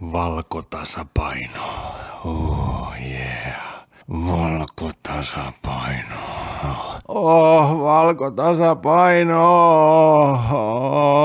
Valkotasapaino. Oh yeah. Valkotasapaino. Oh, valkotasapaino. Oh.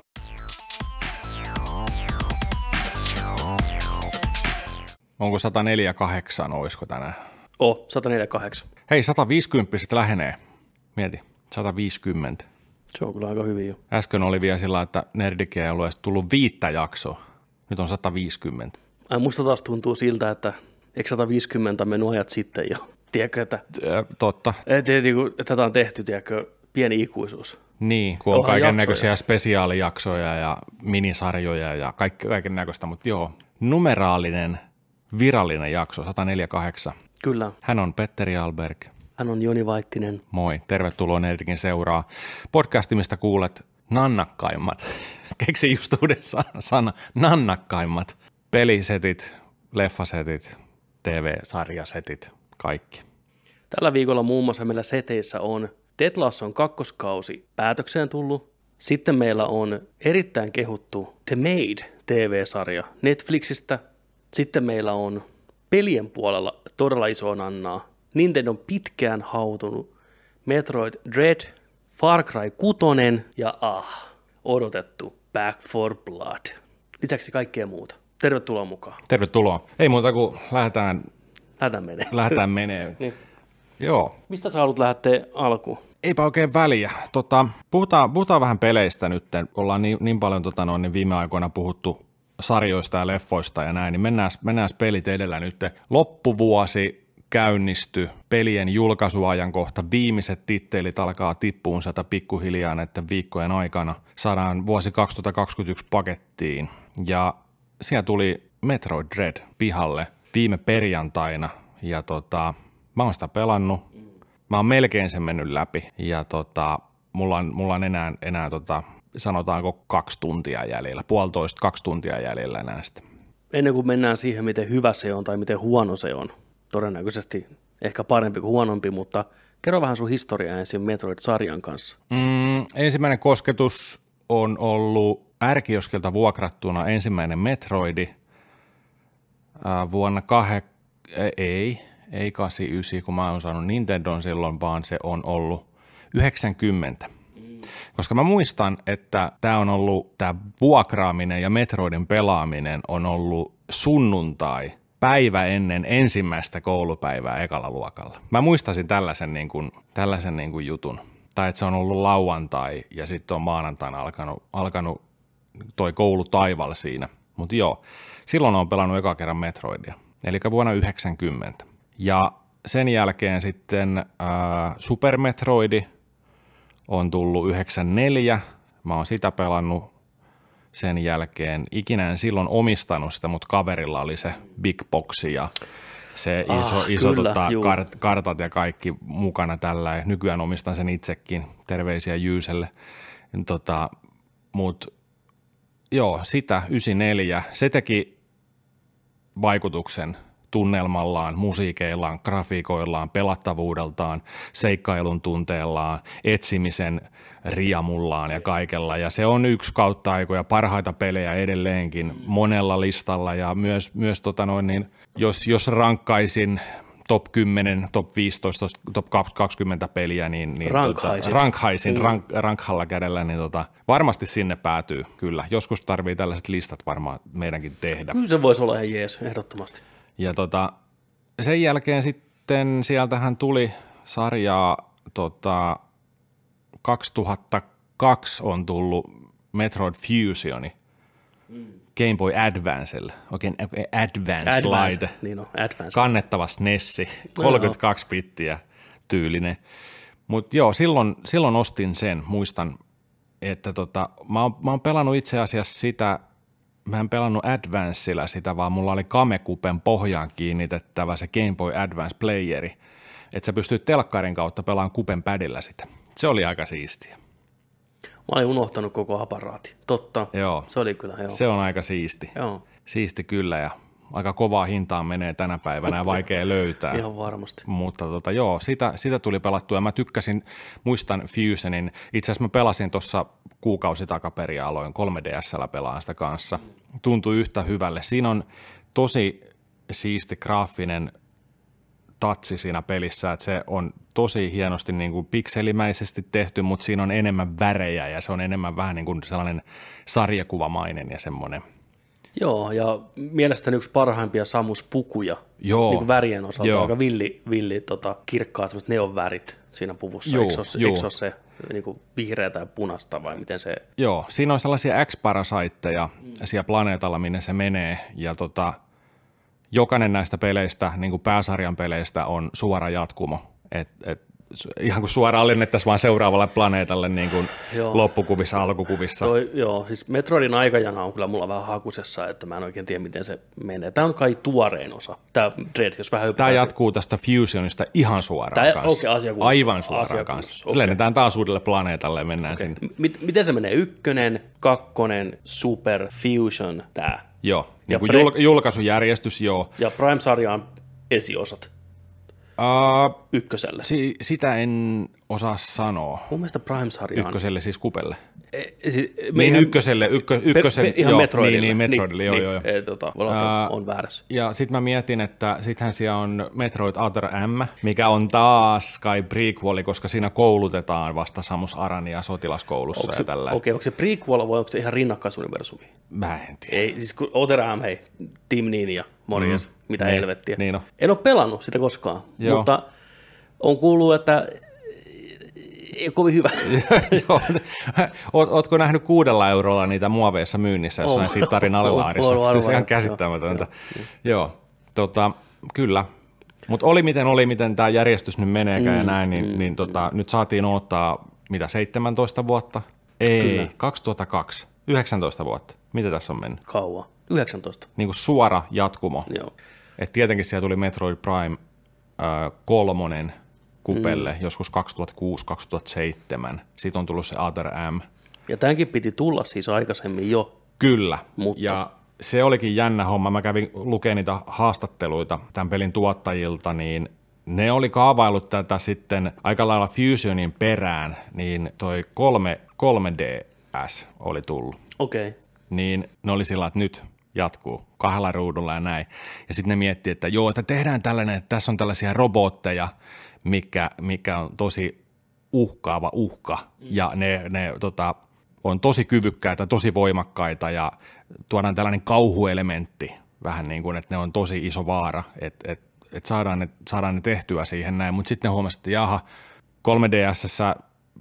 Onko 104,8, oisko tänään? 148. Hei, 150 lähenee. Mieti, 150. Se on kyllä aika hyvin jo. Äsken oli vielä sillä, että Nerdike ei ollut edes tullut 5 jaksoa. Nyt on 150. Musta taas tuntuu siltä, että eikö 150 mennyt ajat sitten jo? Tiedätkö, että... Totta. Tätä on tehty, tiedätkö, pieni ikuisuus. Niin, kun on kaiken näköisiä spesiaalijaksoja ja minisarjoja ja kaiken näköistä, mutta joo, numeraalinen, virallinen jakso, 148. Kyllä. Hän on Petteri Alberg. Hän on Joni Vaittinen. Moi, tervetuloa Nerdikin seuraa. Podcasti, mistä kuulet nannakkaimmat, keksi just uuden sana, nannakkaimmat pelisetit, leffasetit, TV-sarjasetit, kaikki. Tällä viikolla muun muassa meillä seteissä on Ted Lasson kakkoskausi päätökseen tullut. Sitten meillä on erittäin kehuttu The Maid TV-sarja Netflixistä. Sitten meillä on pelien puolella todella iso nannaa. Nintendo on pitkään hautunut Metroid Dread, Far Cry 6 ja odotettu Back 4 Blood. Lisäksi kaikkea muuta. Tervetuloa mukaan. Tervetuloa. Ei muuta kuin lähdetään menee. Niin. Joo. Mistä sä haluat lähteä alkuun? Eipä oikein väliä. Puhutaan vähän peleistä nyt. Ollaan niin paljon niin viime aikoina puhuttu sarjoista ja leffoista ja näin, niin mennään pelit edellä nyt. Loppuvuosi käynnistyi, pelien julkaisuajankohta, viimeiset tittelit alkaa tippuun sieltä pikkuhiljaa näiden viikkojen aikana. Saadaan vuosi 2021 pakettiin ja siellä tuli Metroid Dread pihalle viime perjantaina ja mä oon sitä pelannut. Mä oon melkein sen mennyt läpi ja mulla on enää sanotaanko 2 tuntia jäljellä, 1,5–2 tuntia jäljellä enää sitä. Ennen kuin mennään siihen, miten hyvä se on tai miten huono se on, todennäköisesti ehkä parempi kuin huonompi, mutta kerro vähän sun historiaa ensin Metroid-sarjan kanssa. Ensimmäinen kosketus on ollut R-kioskilta vuokrattuna ensimmäinen Metroidi vuonna 89, kun mä oon saanut Nintendon silloin, vaan se on ollut 90. Koska mä muistan, että tämä vuokraaminen ja Metroidin pelaaminen on ollut sunnuntai päivä ennen ensimmäistä koulupäivää ekalla luokalla. Mä muistasin tällaisen jutun. Tai että se on ollut lauantai ja sitten on maanantaina alkanut toi koulutaival siinä. Mutta joo, silloin on pelannut eka kerran Metroidia, eli vuonna 90. Ja sen jälkeen sitten Super Metroidi on tullut 94. Mä oon sitä pelannut sen jälkeen. Ikinä en silloin omistanut sitä, mutta kaverilla oli se Big Boxi ja se iso kartat ja kaikki mukana tällä. Nykyään omistan sen itsekin. Terveisiä Jyyselle. Mut joo, sitä 94. Se teki vaikutuksen tunnelmallaan, musiikeillaan, grafiikoillaan, pelattavuudeltaan, seikkailun tunteellaan, etsimisen riamullaan ja kaikella. Ja se on yksi kautta aikoja parhaita pelejä edelleenkin monella listalla ja myös jos rankkaisin top 10, top 15, top 20 peliä, niin rankhalla kädellä, niin varmasti sinne päätyy kyllä. Joskus tarvii tällaiset listat varmaan meidänkin tehdä. Kyllä se voisi olla ihan jees, ehdottomasti. Ja sen jälkeen sitten sieltähän tuli sarjaa 2002 on tullut Metroid Fusioni Game Boy Advancelle, oikein Advance-laite, niin on, Advance. Kannettava SNESi, 32 bittiä tyylinen. Mutta joo, silloin ostin sen, muistan, että mä oon pelannut itse asiassa sitä. Mä en pelannut Advancella sitä, vaan mulla oli Kamekupen pohjaan kiinnitettävä se Game Boy Advance playeri, että sä pystyt telkkarin kautta pelaamaan kupen padilla sitä. Se oli aika siistiä. Mä olin unohtanut koko aparaati. Totta. Joo. Se oli kyllä, joo. Se on aika siisti. Joo. Siisti kyllä ja aika kovaa hintaan menee tänä päivänä ja vaikea löytää. Ihan varmasti. Mutta sitä tuli pelattua ja mä muistan Fusionin. Itse asiassa mä pelasin tuossa, kuukausi takaperin aloin 3DS:llä pelaan sitä kanssa. Tuntui yhtä hyvälle. Siinä on tosi siisti graafinen tatsi siinä pelissä, että se on tosi hienosti niin kuin pikselimäisesti tehty, mutta siinä on enemmän värejä ja se on enemmän vähän niin kuin sellainen sarjakuvamainen ja semmoinen. Joo, ja mielestäni yksi parhaimpia Samus-pukuja Joo. niin kuin värien osalta. Joo. Aika villi kirkkaat semmoiset neonvärit siinä puvussa. Joo, Eikö joo. se ole se niin kuin vihreä tai punaista vai miten se? Joo, siinä on sellaisia X-parasaitteja siellä planeetalla, minne se menee ja jokainen näistä peleistä, niin kuin pääsarjan peleistä, on suora jatkumo. Ihan kuin suoraan lennettäisiin vaan seuraavalle planeetalle niin kuin loppukuvissa, alkukuvissa. Siis Metroidin aikajana on kyllä mulla vähän hakusessa, että mä en oikein tiedä, miten se menee. Tämä on kai tuorein osa. Tämä Dread, jos vähän Tämä jatkuu tästä Fusionista ihan suoraan kanssa. Aivan suoraan kanssa. Okay. Lennetään taas uudelle planeetalle ja mennään sinne. Miten se menee? 1, 2, Super, Fusion, tämä? Joo, niin kuin julkaisujärjestys, joo. Ja Prime-sarjaan esiosat. Ykköselle. Sitä en osaa sanoa. Mun mielestä Prime-sarjaan. Ykköselle siis Kupelle. Niin ykköselle. Ihan joo, Metroidille. Niin, Metroidille, joo. On väärässä. Ja sitten mä mietin, että sittenhän siellä on Metroid Other M, mikä on taas kai prequeli, koska siinä koulutetaan vasta Samus Arania sotilaskoulussa ja tällä. Okei, onko se prequel vai onko se ihan rinnakkaisuniversumi? Mä en tiedä. Ei, siis kun Other M, hei, Team Ninja, morjes, mitä helvettiä. Niin on. En ole pelannut sitä koskaan, mutta on kuullut, että ei kovin hyvä. Ootko nähnyt 6 eurolla niitä muoveissa myynnissä jossain Sittarin alelaarissa? Se on ihan käsittämätöntä. Joo, kyllä. Mutta oli miten tämä järjestys nyt meneekään ja näin, niin nyt saatiin odottaa, 17 vuotta? Ei, kyllä. 2002, 19 vuotta. Mitä tässä on mennyt? Kauan, 19. Niin kuin suora jatkumo. Joo. Et tietenkin siellä tuli Metroid Prime 3 Kupelle joskus 2006-2007. Sitten on tullut se Other M. Ja tämänkin piti tulla siis aikaisemmin jo. Kyllä, mutta ja se olikin jännä homma. Mä kävin lukemaan niitä haastatteluita tämän pelin tuottajilta, niin ne oli kaavaillut tätä sitten aika lailla Fusionin perään, niin toi 3DS oli tullut. Okei. Niin ne oli sillä, että nyt jatkuu 2 ruudulla ja näin. Ja sitten ne miettii, että joo, että tehdään tällainen, että tässä on tällaisia robotteja, mikä on tosi uhkaava uhka, ja ne on tosi kyvykkäitä, tosi voimakkaita, ja tuodaan tällainen kauhuelementti, vähän niin kuin, että ne on tosi iso vaara, että saadaan ne tehtyä siihen näin, mutta sitten ne huomasivat, että jaha, 3DS:ssä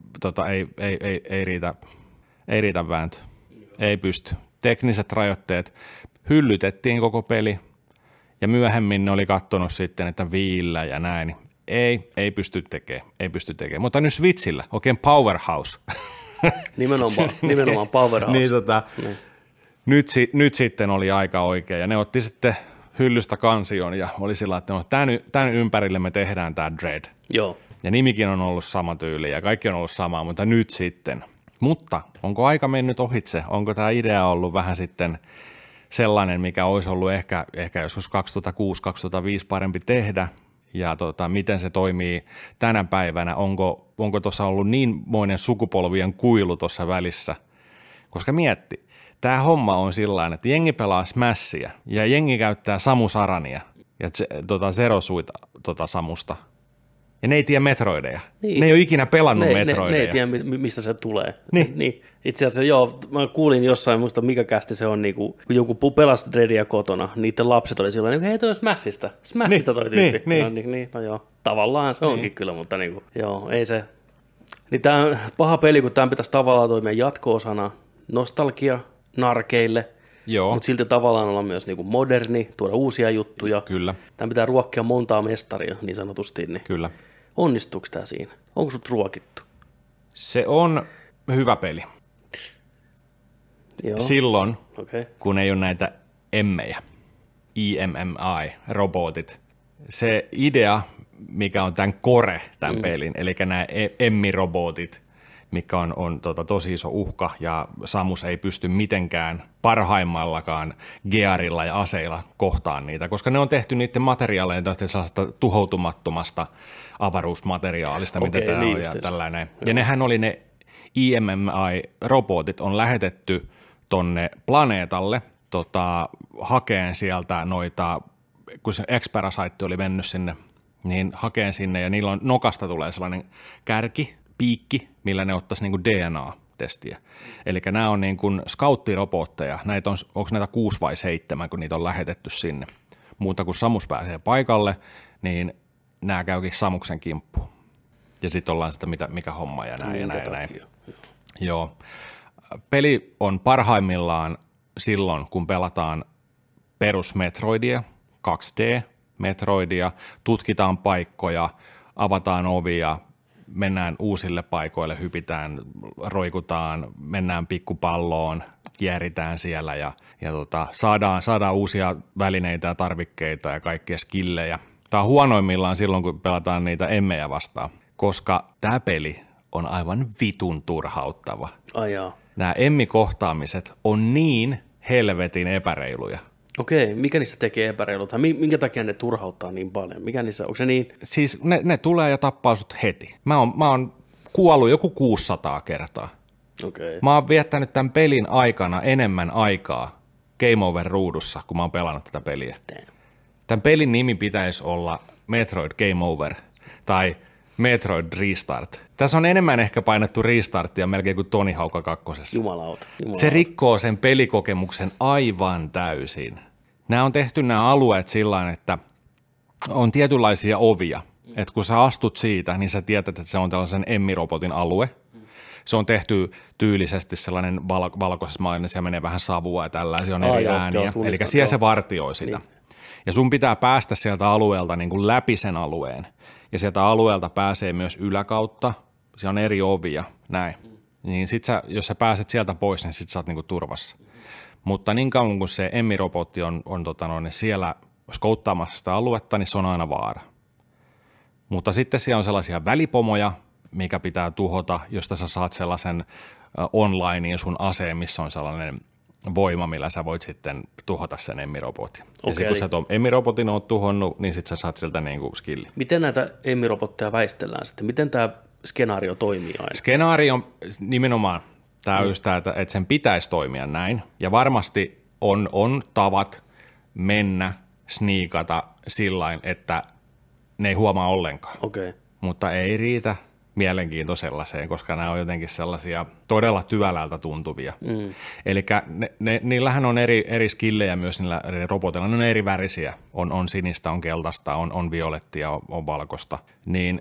ei riitä vääntö, ei pysty. Tekniset rajoitteet, hyllytettiin koko peli, ja myöhemmin ne oli katsonut sitten, että viillä ja näin, ei pysty tekemään, mutta nyt Switchillä, oikein powerhouse. Nimenomaan powerhouse. Niin, nyt sitten oli aika oikein, ja ne otti sitten hyllystä kansion, ja oli sillä, että tämän ympärille me tehdään tämä Dread. Joo. Ja nimikin on ollut sama tyyli, ja kaikki on ollut sama, mutta nyt sitten. Mutta onko aika mennyt ohitse? Onko tämä idea ollut vähän sitten sellainen, mikä olisi ollut ehkä joskus 2006-2005 parempi tehdä? Ja miten se toimii tänä päivänä? Onko tuossa ollut niinmoinen sukupolvien kuilu tuossa välissä? Koska mietti, tämä homma on sillain, että jengi pelaa Smashia ja jengi käyttää Samus Arania ja Zerosuita Samusta. Ja ne ei tiedä Metroideja. Niin. Ne ei ole ikinä pelannut Metroideja. Ne ei tiedä, mistä se tulee. Niin. Itse asiassa joo, mä kuulin jossain, muista mikä kästi se on, niinku, kun joku pelasi Dreadia kotona, niiden lapset oli silloin, hei toi on Smashista toi tyyppi. Niin, no joo, tavallaan se onkin kyllä, mutta niinku, joo, ei se. Niin tää on paha peli, kun tämän pitäisi tavallaan toimia jatko-osana nostalgia narkeille, mutta silti tavallaan olla myös niinku moderni, tuoda uusia juttuja. Kyllä. Tämän pitää ruokkia montaa mestaria niin sanotusti. Niin. Kyllä. Onnistuuko tämä siinä? Onko sut ruokittu? Se on hyvä peli. Joo. Silloin, kun ei ole näitä emmejä, EMMI-robotit. Se idea, mikä on tämän tämän pelin, eli nämä emmirobotit, mikä on tosi iso uhka, ja Samus ei pysty mitenkään parhaimmallakaan gearilla ja aseilla kohtaan niitä, koska ne on tehty niiden materiaaleja sellaista tuhoutumattomasta avaruusmateriaalista, mitä tämä on, ja tällainen. Ja nehän oli ne IMMI-robotit on lähetetty tonne planeetalle hakeen sieltä noita, kun se X-Parasite oli mennyt sinne, niin hakeen sinne ja niillä on nokasta tulee sellainen kärki, piikki, millä ne ottaisi niin kuin DNA-testiä. Eli nämä on niin kuin scouttirobotteja, onko näitä 6 vai 7, kun niitä on lähetetty sinne. Muuta kuin Samus pääsee paikalle, niin nämä käykin Samuksen kimppuun. Ja sitten ollaan sitä, mikä homma ja näin ja näin. Joo. Peli on parhaimmillaan silloin, kun pelataan perus Metroidia, 2D-Metroidia, tutkitaan paikkoja, avataan ovia, mennään uusille paikoille, hypitään, roikutaan, mennään pikkupalloon, kieritään siellä ja saadaan uusia välineitä ja tarvikkeita ja kaikkia skillejä. Tämä on huonoimmillaan silloin, kun pelataan niitä emmejä vastaan, koska tämä peli on aivan vitun turhauttava. Nämä emmikohtaamiset on niin helvetin epäreiluja. Okei, mikä niistä tekee epäreiluta? Minkä takia ne turhauttaa niin paljon? Mikä niissä, onko se niin? Siis ne tulee ja tappaa sut heti. Mä oon kuollut joku 600 kertaa. Okei. Mä oon viettänyt tämän pelin aikana enemmän aikaa Game Over-ruudussa, kun mä oon pelannut tätä peliä. Damn. Tämän pelin nimi pitäisi olla Metroid Game Over tai Metroid Restart. Tässä on enemmän ehkä painettu restarttia melkein kuin Tony Hawk'a 2. Jumalauta. Se rikkoo sen pelikokemuksen aivan täysin. Nämä alueet sillain, että on tietynlaisia ovia. Että kun sä astut siitä, niin sä tiedät, että se on tällaisen emmirobotin alue. Se on tehty tyylisesti sellainen valkoisessa maailmassa ja menee vähän savua ja tällaisia on eri ääniä. Eli siellä se vartioi sitä. Niin. Ja sun pitää päästä sieltä alueelta niin kuin läpi sen alueen. Ja sieltä alueelta pääsee myös yläkautta. Siellä on eri ovia, näin. Niin jos sä pääset sieltä pois, niin sit sä oot niinku turvassa. Mutta niin kauan kun se emmirobotti on niin siellä skouttaamassa sitä aluetta, niin se on aina vaara. Mutta sitten siellä on sellaisia välipomoja, mikä pitää tuhota, josta sä saat sellaisen onlinein sun aseen, missä on sellainen voima, millä sä voit sitten tuhota sen emmirobotin. Ja sitten kun sä tuon emmirobotin oot tuhonnut, niin sitten sä saat sieltä niinku skilli. Miten näitä emmirobotteja väistellään sitten? Miten tämä skenaario toimii aina? Skenaario nimenomaan, tämä on just tämä, että sen pitäisi toimia näin. Ja varmasti on tavat mennä, sniikata sillain, että ne ei huomaa ollenkaan. Okay. Mutta ei riitä mielenkiinto sellaiseen, koska nämä on jotenkin sellaisia todella työlältä tuntuvia. Eli niillähän on eri skillejä myös niillä eri roboteilla, ne on eri värisiä, on sinistä, on keltaista, on violettia, on valkoista, niin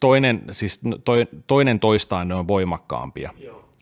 toinen toistaan ne on voimakkaampia.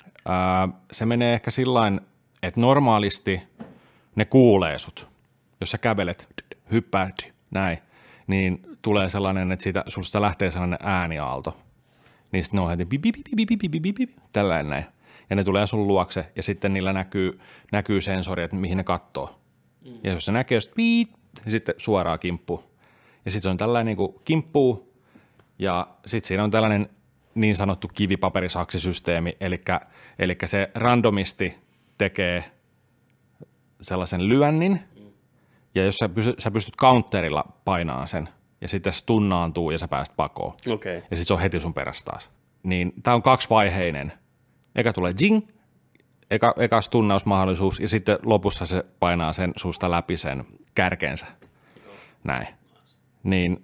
Se menee ehkä sillain, että normaalisti ne kuulee sut, jos sä kävelet, hyppäät, näin, niin tulee sellainen, että susta lähtee sellainen ääniaalto. Niin sitten ne on heti tällainen näin. Ja ne tulee sun luokse ja sitten niillä näkyy sensori, että mihin ne katsoo. Ja jos se näkee, just niin sitten suoraan kimppuu. Ja sitten se on tällainen niin kuin kimppuu ja sitten siinä on tällainen niin sanottu kivipaperisaksisysteemi, eli se randomisti tekee sellaisen lyönnin ja jos sä pystyt counterilla painaan sen, ja sitten stunnaantuu ja sä pääst pakoon. Okay. Ja sitten se on heti sun perässä taas. Niin tää on kaksivaiheinen. Eka tulee jing, eka stunnausmahdollisuus, ja sitten lopussa se painaa sen susta läpi sen kärkensä. Näin. Niin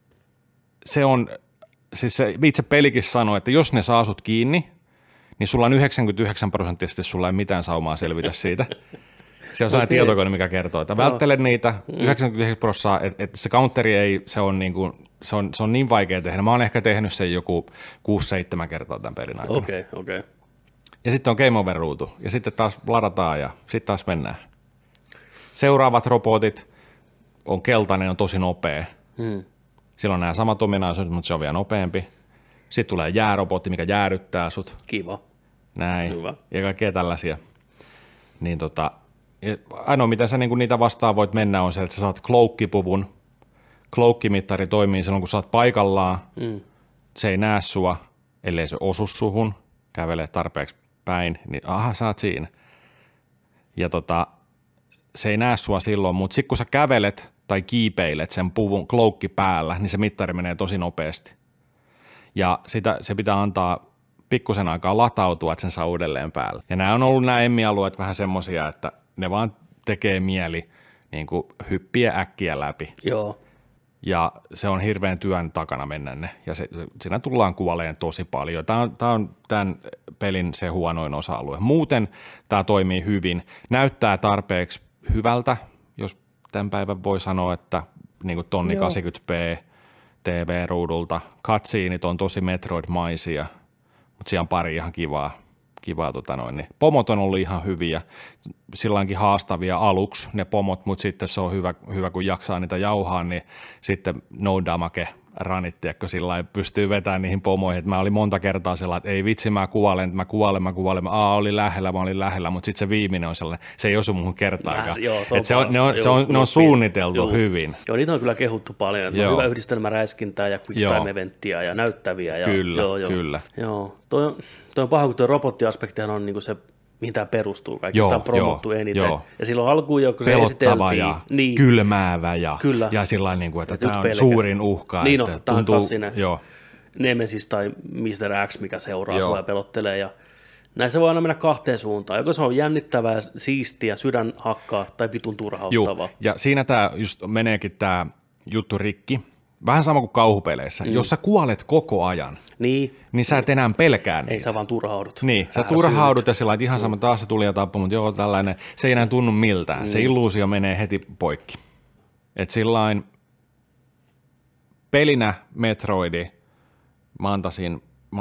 se on, siis se itse pelikin sanoo, että jos ne saa sut kiinni, niin sulla on 99% sulla ei mitään saumaa selvitä siitä. Se on sellainen tietokone, mikä kertoo, että välttele niitä 99%, että se counteri ei, se on niin vaikea tehdä. Mä oon ehkä tehnyt sen joku 6-7 kertaa tämän pelin aikana. Okei. Ja sitten on Game Over-ruutu, ja sitten taas ladataan, ja sitten taas mennään. Seuraavat robotit on keltainen, on tosi nopea. Sillä on nämä samat ominaisuudet, mutta se on vielä nopeampi. Sitten tulee jäärobotti, mikä jäädyttää sut. Kiva. Näin. Hyvä. Ja kaikkea tällaisia. Niin ainoa, mitä sä niitä vastaan voit mennä, on se, että sä saat cloak-puvun. Cloak-mittari toimii silloin, kun sä oot paikallaan. Se ei näe sua, ellei se osu suhun. Kävelee tarpeeksi päin, niin sä oot siinä. Ja se ei näe sua silloin, mutta sitten kun sä kävelet tai kiipeilet sen puvun cloakki päällä, niin se mittari menee tosi nopeasti. Ja se pitää antaa pikkusen aikaa latautua, että sen saa uudelleen päälle. Ja nämä on ollut nämä emmialueet vähän semmosia, että ne vaan tekee mieli niin kuin hyppiä äkkiä läpi. Joo. Ja se on hirveän työn takana mennä ne, ja siinä tullaan kuoleen tosi paljon. Tämä on tämän pelin se huonoin osa-alue. Muuten tämä toimii hyvin, näyttää tarpeeksi hyvältä, jos tämän päivän voi sanoa, että niin kuin tonni 80p TV-ruudulta. Cutsceneit on tosi Metroid-maisia, mutta siellä on pari ihan kivaa niin. Pomot on ollut ihan hyviä, silloinkin haastavia aluksi ne pomot, mutta sitten se on hyvä kun jaksaa niitä jauhaa, niin sitten no damage ranit, tiedätkö, sillä pystyy vetämään niihin pomoihin. Mä olin monta kertaa sellainen, että ei vitsi, mä kuolen. Olin lähellä, mutta sitten se viimeinen on sellainen, se ei osu muuhun kertaakaan. Ne on suunniteltu hyvin. Joo, niitä on kyllä kehuttu paljon. On hyvä yhdistelmä räiskintää ja quick time eventtiä ja näyttäviä. Kyllä. Joo, toi on paha, kun tuo robottiaspektihan on niinku se, mihin tämä perustuu. Kaikki sitä on promottu eniten. Ja silloin alkuun jo, kun se esiteltiin. Ja kylmäävä ja sillain, niin kuin, että tämä on suurin uhka. Niin että tämä on klassinen Nemesis tai Mr. X, mikä seuraa sua ja pelottelee. Ja näissä voi aina mennä kahteen suuntaan. Joko se on jännittävää, siistiä, sydän hakkaa tai vitun turhauttavaa. Ja siinä tämä just meneekin tämä juttu rikki. Vähän sama kuin kauhupeleissä. Jos sä kuolet koko ajan, niin sä et enää pelkää niitä. Ei sä vaan turhaudut. Niin, sä turhaudut ja sillä että ihan sama, taas se tuli ja tappoi, mutta joo, tällainen, se ei enää tunnu miltään. Se illuusio menee heti poikki. Että sillain pelinä Metroidi, mä antaisin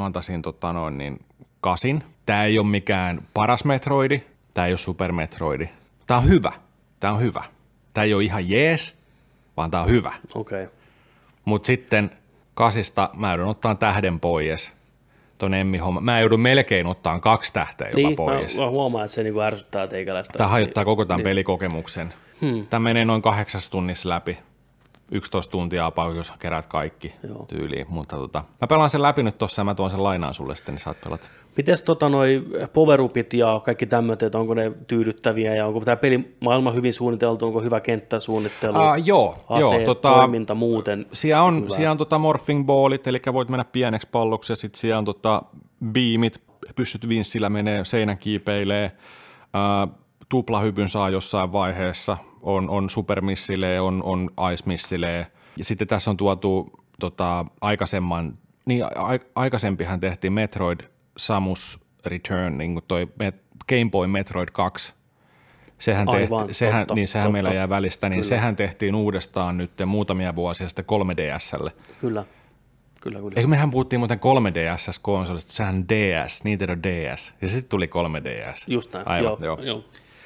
8. Tää ei ole mikään paras Metroidi, tää ei ole Super Metroidi. Tää on hyvä. Tää ei ole ihan jees, vaan tää on hyvä. Okei. Mutta sitten 8 mä joudun ottaa tähden pois ton Emmi-homma. Mä joudun melkein ottaa 2 tähteä jopa pois. Mä huomaan, että se niinku ärsyttää teikäläistä. Tämä hajottaa koko tämän pelikokemuksen. Tämä menee noin 8 tunnissa läpi. 11 tuntia about, jos keräät kaikki tyyliin. Mutta mä pelaan sen läpi nyt tossa ja mä tuon sen lainaan sulle sitten, niin saat pelata. Mites noi power-upit ja kaikki tämmöiset, onko ne tyydyttäviä ja onko tämä peli maailman hyvin suunniteltu, onko hyvä kenttäsuunnittelu, aseet, toiminta muuten? Siellä on morphing ballit, eli voit mennä pieneksi palloksi ja sitten siellä on beamit, pystyt vinssillä menee, seinän kiipeilee, tuplahypyn saa jossain vaiheessa, on supermissilee, on ice-missilee ja sitten tässä on tuotu aikaisempihan tehtiin Metroid Samus Return, niin kuin toi Game Boy Metroid 2, sehän totta. meillä jää välistä, niin sehän tehtiin uudestaan nyt muutamia vuosia sitten 3DS:lle. Kyllä. Eikö mehän puhuttiin muuten 3DS-konsolista, sehän DS, Nintendo DS, ja sitten tuli 3DS. Just näin, aivan, joo.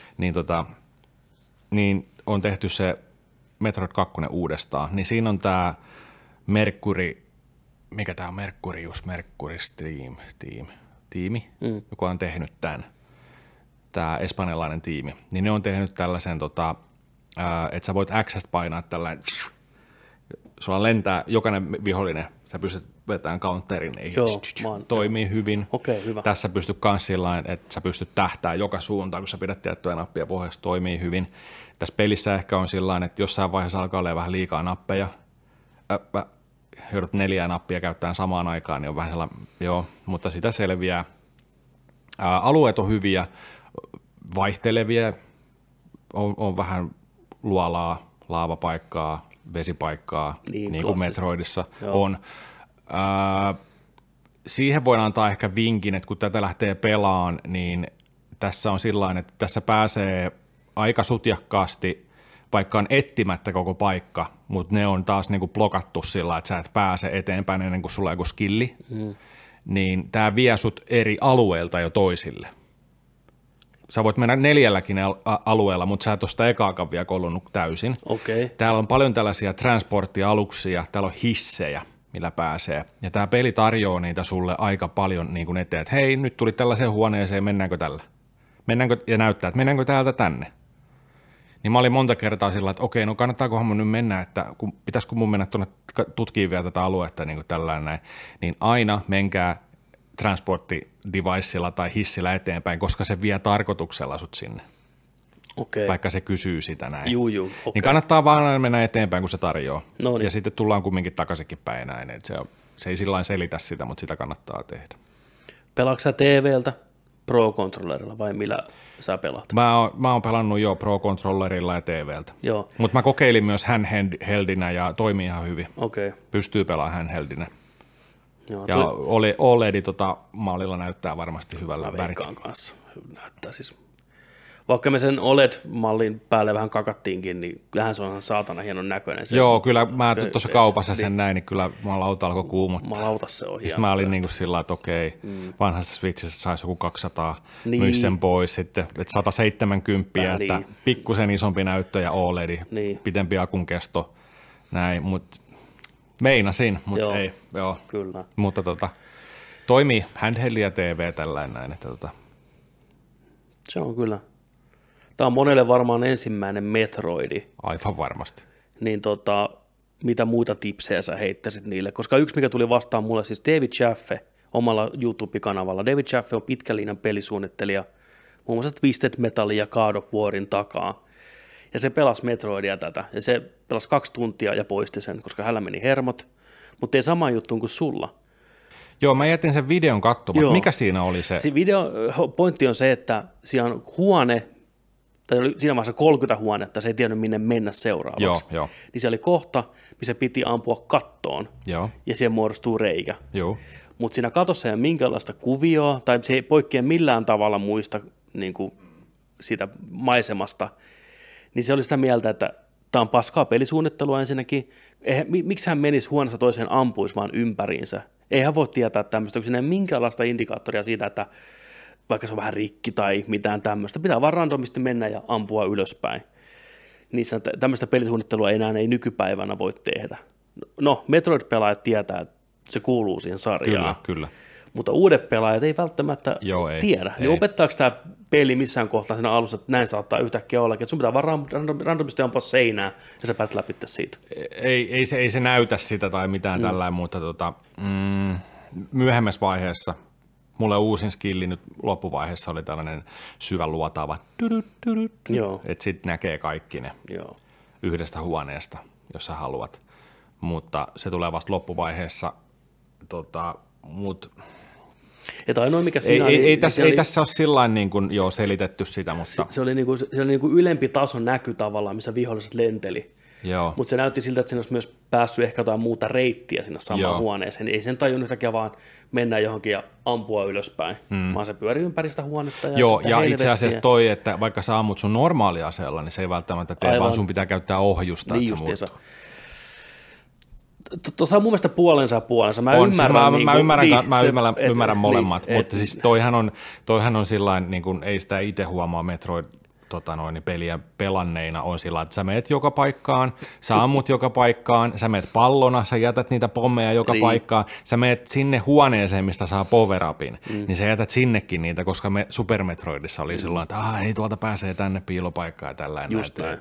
Niin on tehty se Metroid 2 uudestaan, niin siinä on tämä Mercury, mikä tämä on Mercury tiimi, joka on tehnyt tämän, tämä espanjalainen tiimi, niin ne on tehnyt tällaisen, että sä voit X:stä painaa tällainen, sulla lentää jokainen vihollinen, sä pystyt vetämään counterin, toimii hyvin. Okei, hyvä. Tässä pystyt kans sillain, että sä pystyt tähtää joka suuntaan, kun sä pidät tiettyä nappia pohjassa, toimii hyvin. Tässä pelissä ehkä on sillain, että jossain vaiheessa alkaa olla vähän liikaa nappeja, joudut 4 nappia käyttämään samaan aikaan, niin on vähän sellainen, mutta sitä selviää. Alueet on hyviä, vaihtelevia, on vähän luolaa, laavapaikkaa, vesipaikkaa, niin kuin Metroidissa on. Siihen voidaan antaa ehkä vinkin, että kun tätä lähtee pelaan, niin tässä on sillain, että tässä pääsee aika sutjakkaasti, vaikka on etsimättä koko paikka, mutta ne on taas niinku blokattu sillä, että sä et pääse eteenpäin ennen kuin sulla on joku skilli, niin tää vie sut eri alueilta jo toisille. Sä voit mennä 4 alueella, mutta sä et ole sitä ekaakaan vielä kolunut täysin. Okay. Täällä on paljon tällaisia transporttialuksia, täällä on hissejä, millä pääsee. Ja tää peli tarjoaa niitä sulle aika paljon niin kuin eteen, että hei, nyt tuli tällaiseen huoneeseen, mennäänkö tällä? Ja näyttää, että mennäänkö täältä tänne? Niin mä olin monta kertaa sillä, että okei, no kannattaakohan mun nyt mennä, että pitäisikö mun mennä tuonne tutkimaan vielä tätä aluetta niin kuin tällainen näin. Niin aina menkää transporttidevicella tai hissillä eteenpäin, koska se vie tarkoituksella sut sinne. Okay. Vaikka se kysyy sitä näin. Okay. Niin kannattaa vaan mennä eteenpäin, kun se tarjoaa. Noniin. Ja sitten tullaan kumminkin takaisinkin päin näin. Se ei sillain selitä sitä, mutta sitä kannattaa tehdä. Pelaatko sä TVltä Pro-controllerilla vai millä sä pelaat? Mä oon pelannut jo Pro-controllerilla ja TVltä. Joo, Mutta mä kokeilin myös handheldinä ja toimii ihan hyvin. okei. Pystyy pelaamaan handheldinä. Joo, Ja OLED maalilla näyttää varmasti hyvällä värit. veikkaan kanssa näyttää siis. Vaikka me sen OLED-mallin päälle vähän kakattiinkin, niin kyllähän se on ihan saatana hienon näköinen. Se, Joo, kyllä mä tuossa kaupassa sen näin, niin kyllä mä lauta alkoi kuumottaa. Malautas se on hieno. Sitten mä olin niin kuin sillä lailla, että okei, vanhassa Switchissä saisi joku 200, Niin. myis sen pois sitten, että 170, Niin. että pikkusen isompi näyttö ja OLED, Niin. pitempi akun kesto, näin, mutta meinasin, mutta Joo. ei, joo. Kyllä. Mutta toimii handheld ja TV tällainen näin, että Se on kyllä. Tämä on monelle varmaan ensimmäinen Metroidi. aivan varmasti. Niin mitä muita tipsejä sä heittäisit niille? Koska yksi, mikä tuli vastaan mulle, siis David Jaffe omalla YouTube-kanavalla. David Jaffe on pitkän linjan pelisuunnittelija, muun muassa Twisted Metalin ja God of Warin takaa. Ja se pelasi Metroidia tätä. Ja se pelasi 2 tuntia ja poisti sen, koska hänellä meni hermot. Mutta ei sama juttu kuin sulla. Joo, mä jätin sen videon katsomaan. Joo. Mikä siinä oli se? Se pointti on se, että siinä on huone, tai oli siinä vaiheessa 30 huonetta, se ei tiennyt minne mennä seuraavaksi. Joo. Niin se oli kohta, missä piti ampua kattoon, Joo, ja siihen muodostuu reikä. joo. Mutta siinä katossa ei ole minkäänlaista kuvioa, tai se ei poikkea millään tavalla muista niin kuin siitä maisemasta. Niin se oli sitä mieltä, että tämä on paskaa pelisuunnittelua ensinnäkin. Miksi hän menisi huoneesta toiseen ampuisi vaan ympäriinsä? Ei hän voi tietää tämmöistä, kun siinä ei ole minkäänlaista indikaattoria siitä, että vaikka se on vähän rikki tai mitään tämmöistä. Pitää vaan randomisti mennä ja ampua ylöspäin. Niissä tämmöistä pelisuunnittelua enää ei nykypäivänä voi tehdä. No, Metroid-pelaajat tietää, että se kuuluu siihen sarjaan. Kyllä. Mutta uudet pelaajat ei välttämättä Ei, tiedä. Niin ei. opettaako tämä peli missään kohtaa siinä alussa, että näin saattaa yhtäkkiä ollakin, että sun pitää vaan randomisti ampua seinään ja sä pääset läpi siitä. Ei se näytä sitä tai mitään tällä, mutta myöhemmässä vaiheessa, mulle uusin skilli nyt loppuvaiheessa oli tällainen syvä luotaava, Joo. että sitten näkee kaikki ne Joo. yhdestä huoneesta, jos sä haluat. Mutta se tulee vasta loppuvaiheessa, mutta Että ainoa mikä siinä ei tässä ole sillain niin kuin, selitetty sitä, mutta se oli niinku ylempi tason näky tavallaan, missä viholliset lenteli. joo. Mutta se näytti siltä, että siinä olisi myös päässyt ehkä jotain muuta reittiä sinne samaan Joo. huoneeseen. Ei sen tajunnut yhtäkkiä vaan mennä johonkin ja ampua ylöspäin, vaan se pyörii ympäri sitä huonetta. Joo, ja helvettiä. itse asiassa toi, että vaikka sä ammut sun normaaliaseella, niin se ei välttämättä tee, Aivan. vaan sun pitää käyttää ohjusta, Niin että se justiinsa. muuttuu. Tuossa on mun mielestä puolensa ja puolensa. Mä On, siis ymmärrän, mä ymmärrän molemmat, niin, mutta siis toihan on sillain, niin kuin, ei sitä itse huomaa Metroid peliä pelanneina on sillä, että sä meet joka paikkaan, sä ammut joka paikkaan, sä meet pallona, sä jätät niitä pommeja joka Niin. paikkaan, sä meet sinne huoneeseen, mistä saa power-upin, niin sä jätät sinnekin niitä, koska Super Metroidissa oli silloin, että ei tuolta pääsee tänne piilopaikkaan ja tällainen. Just näin.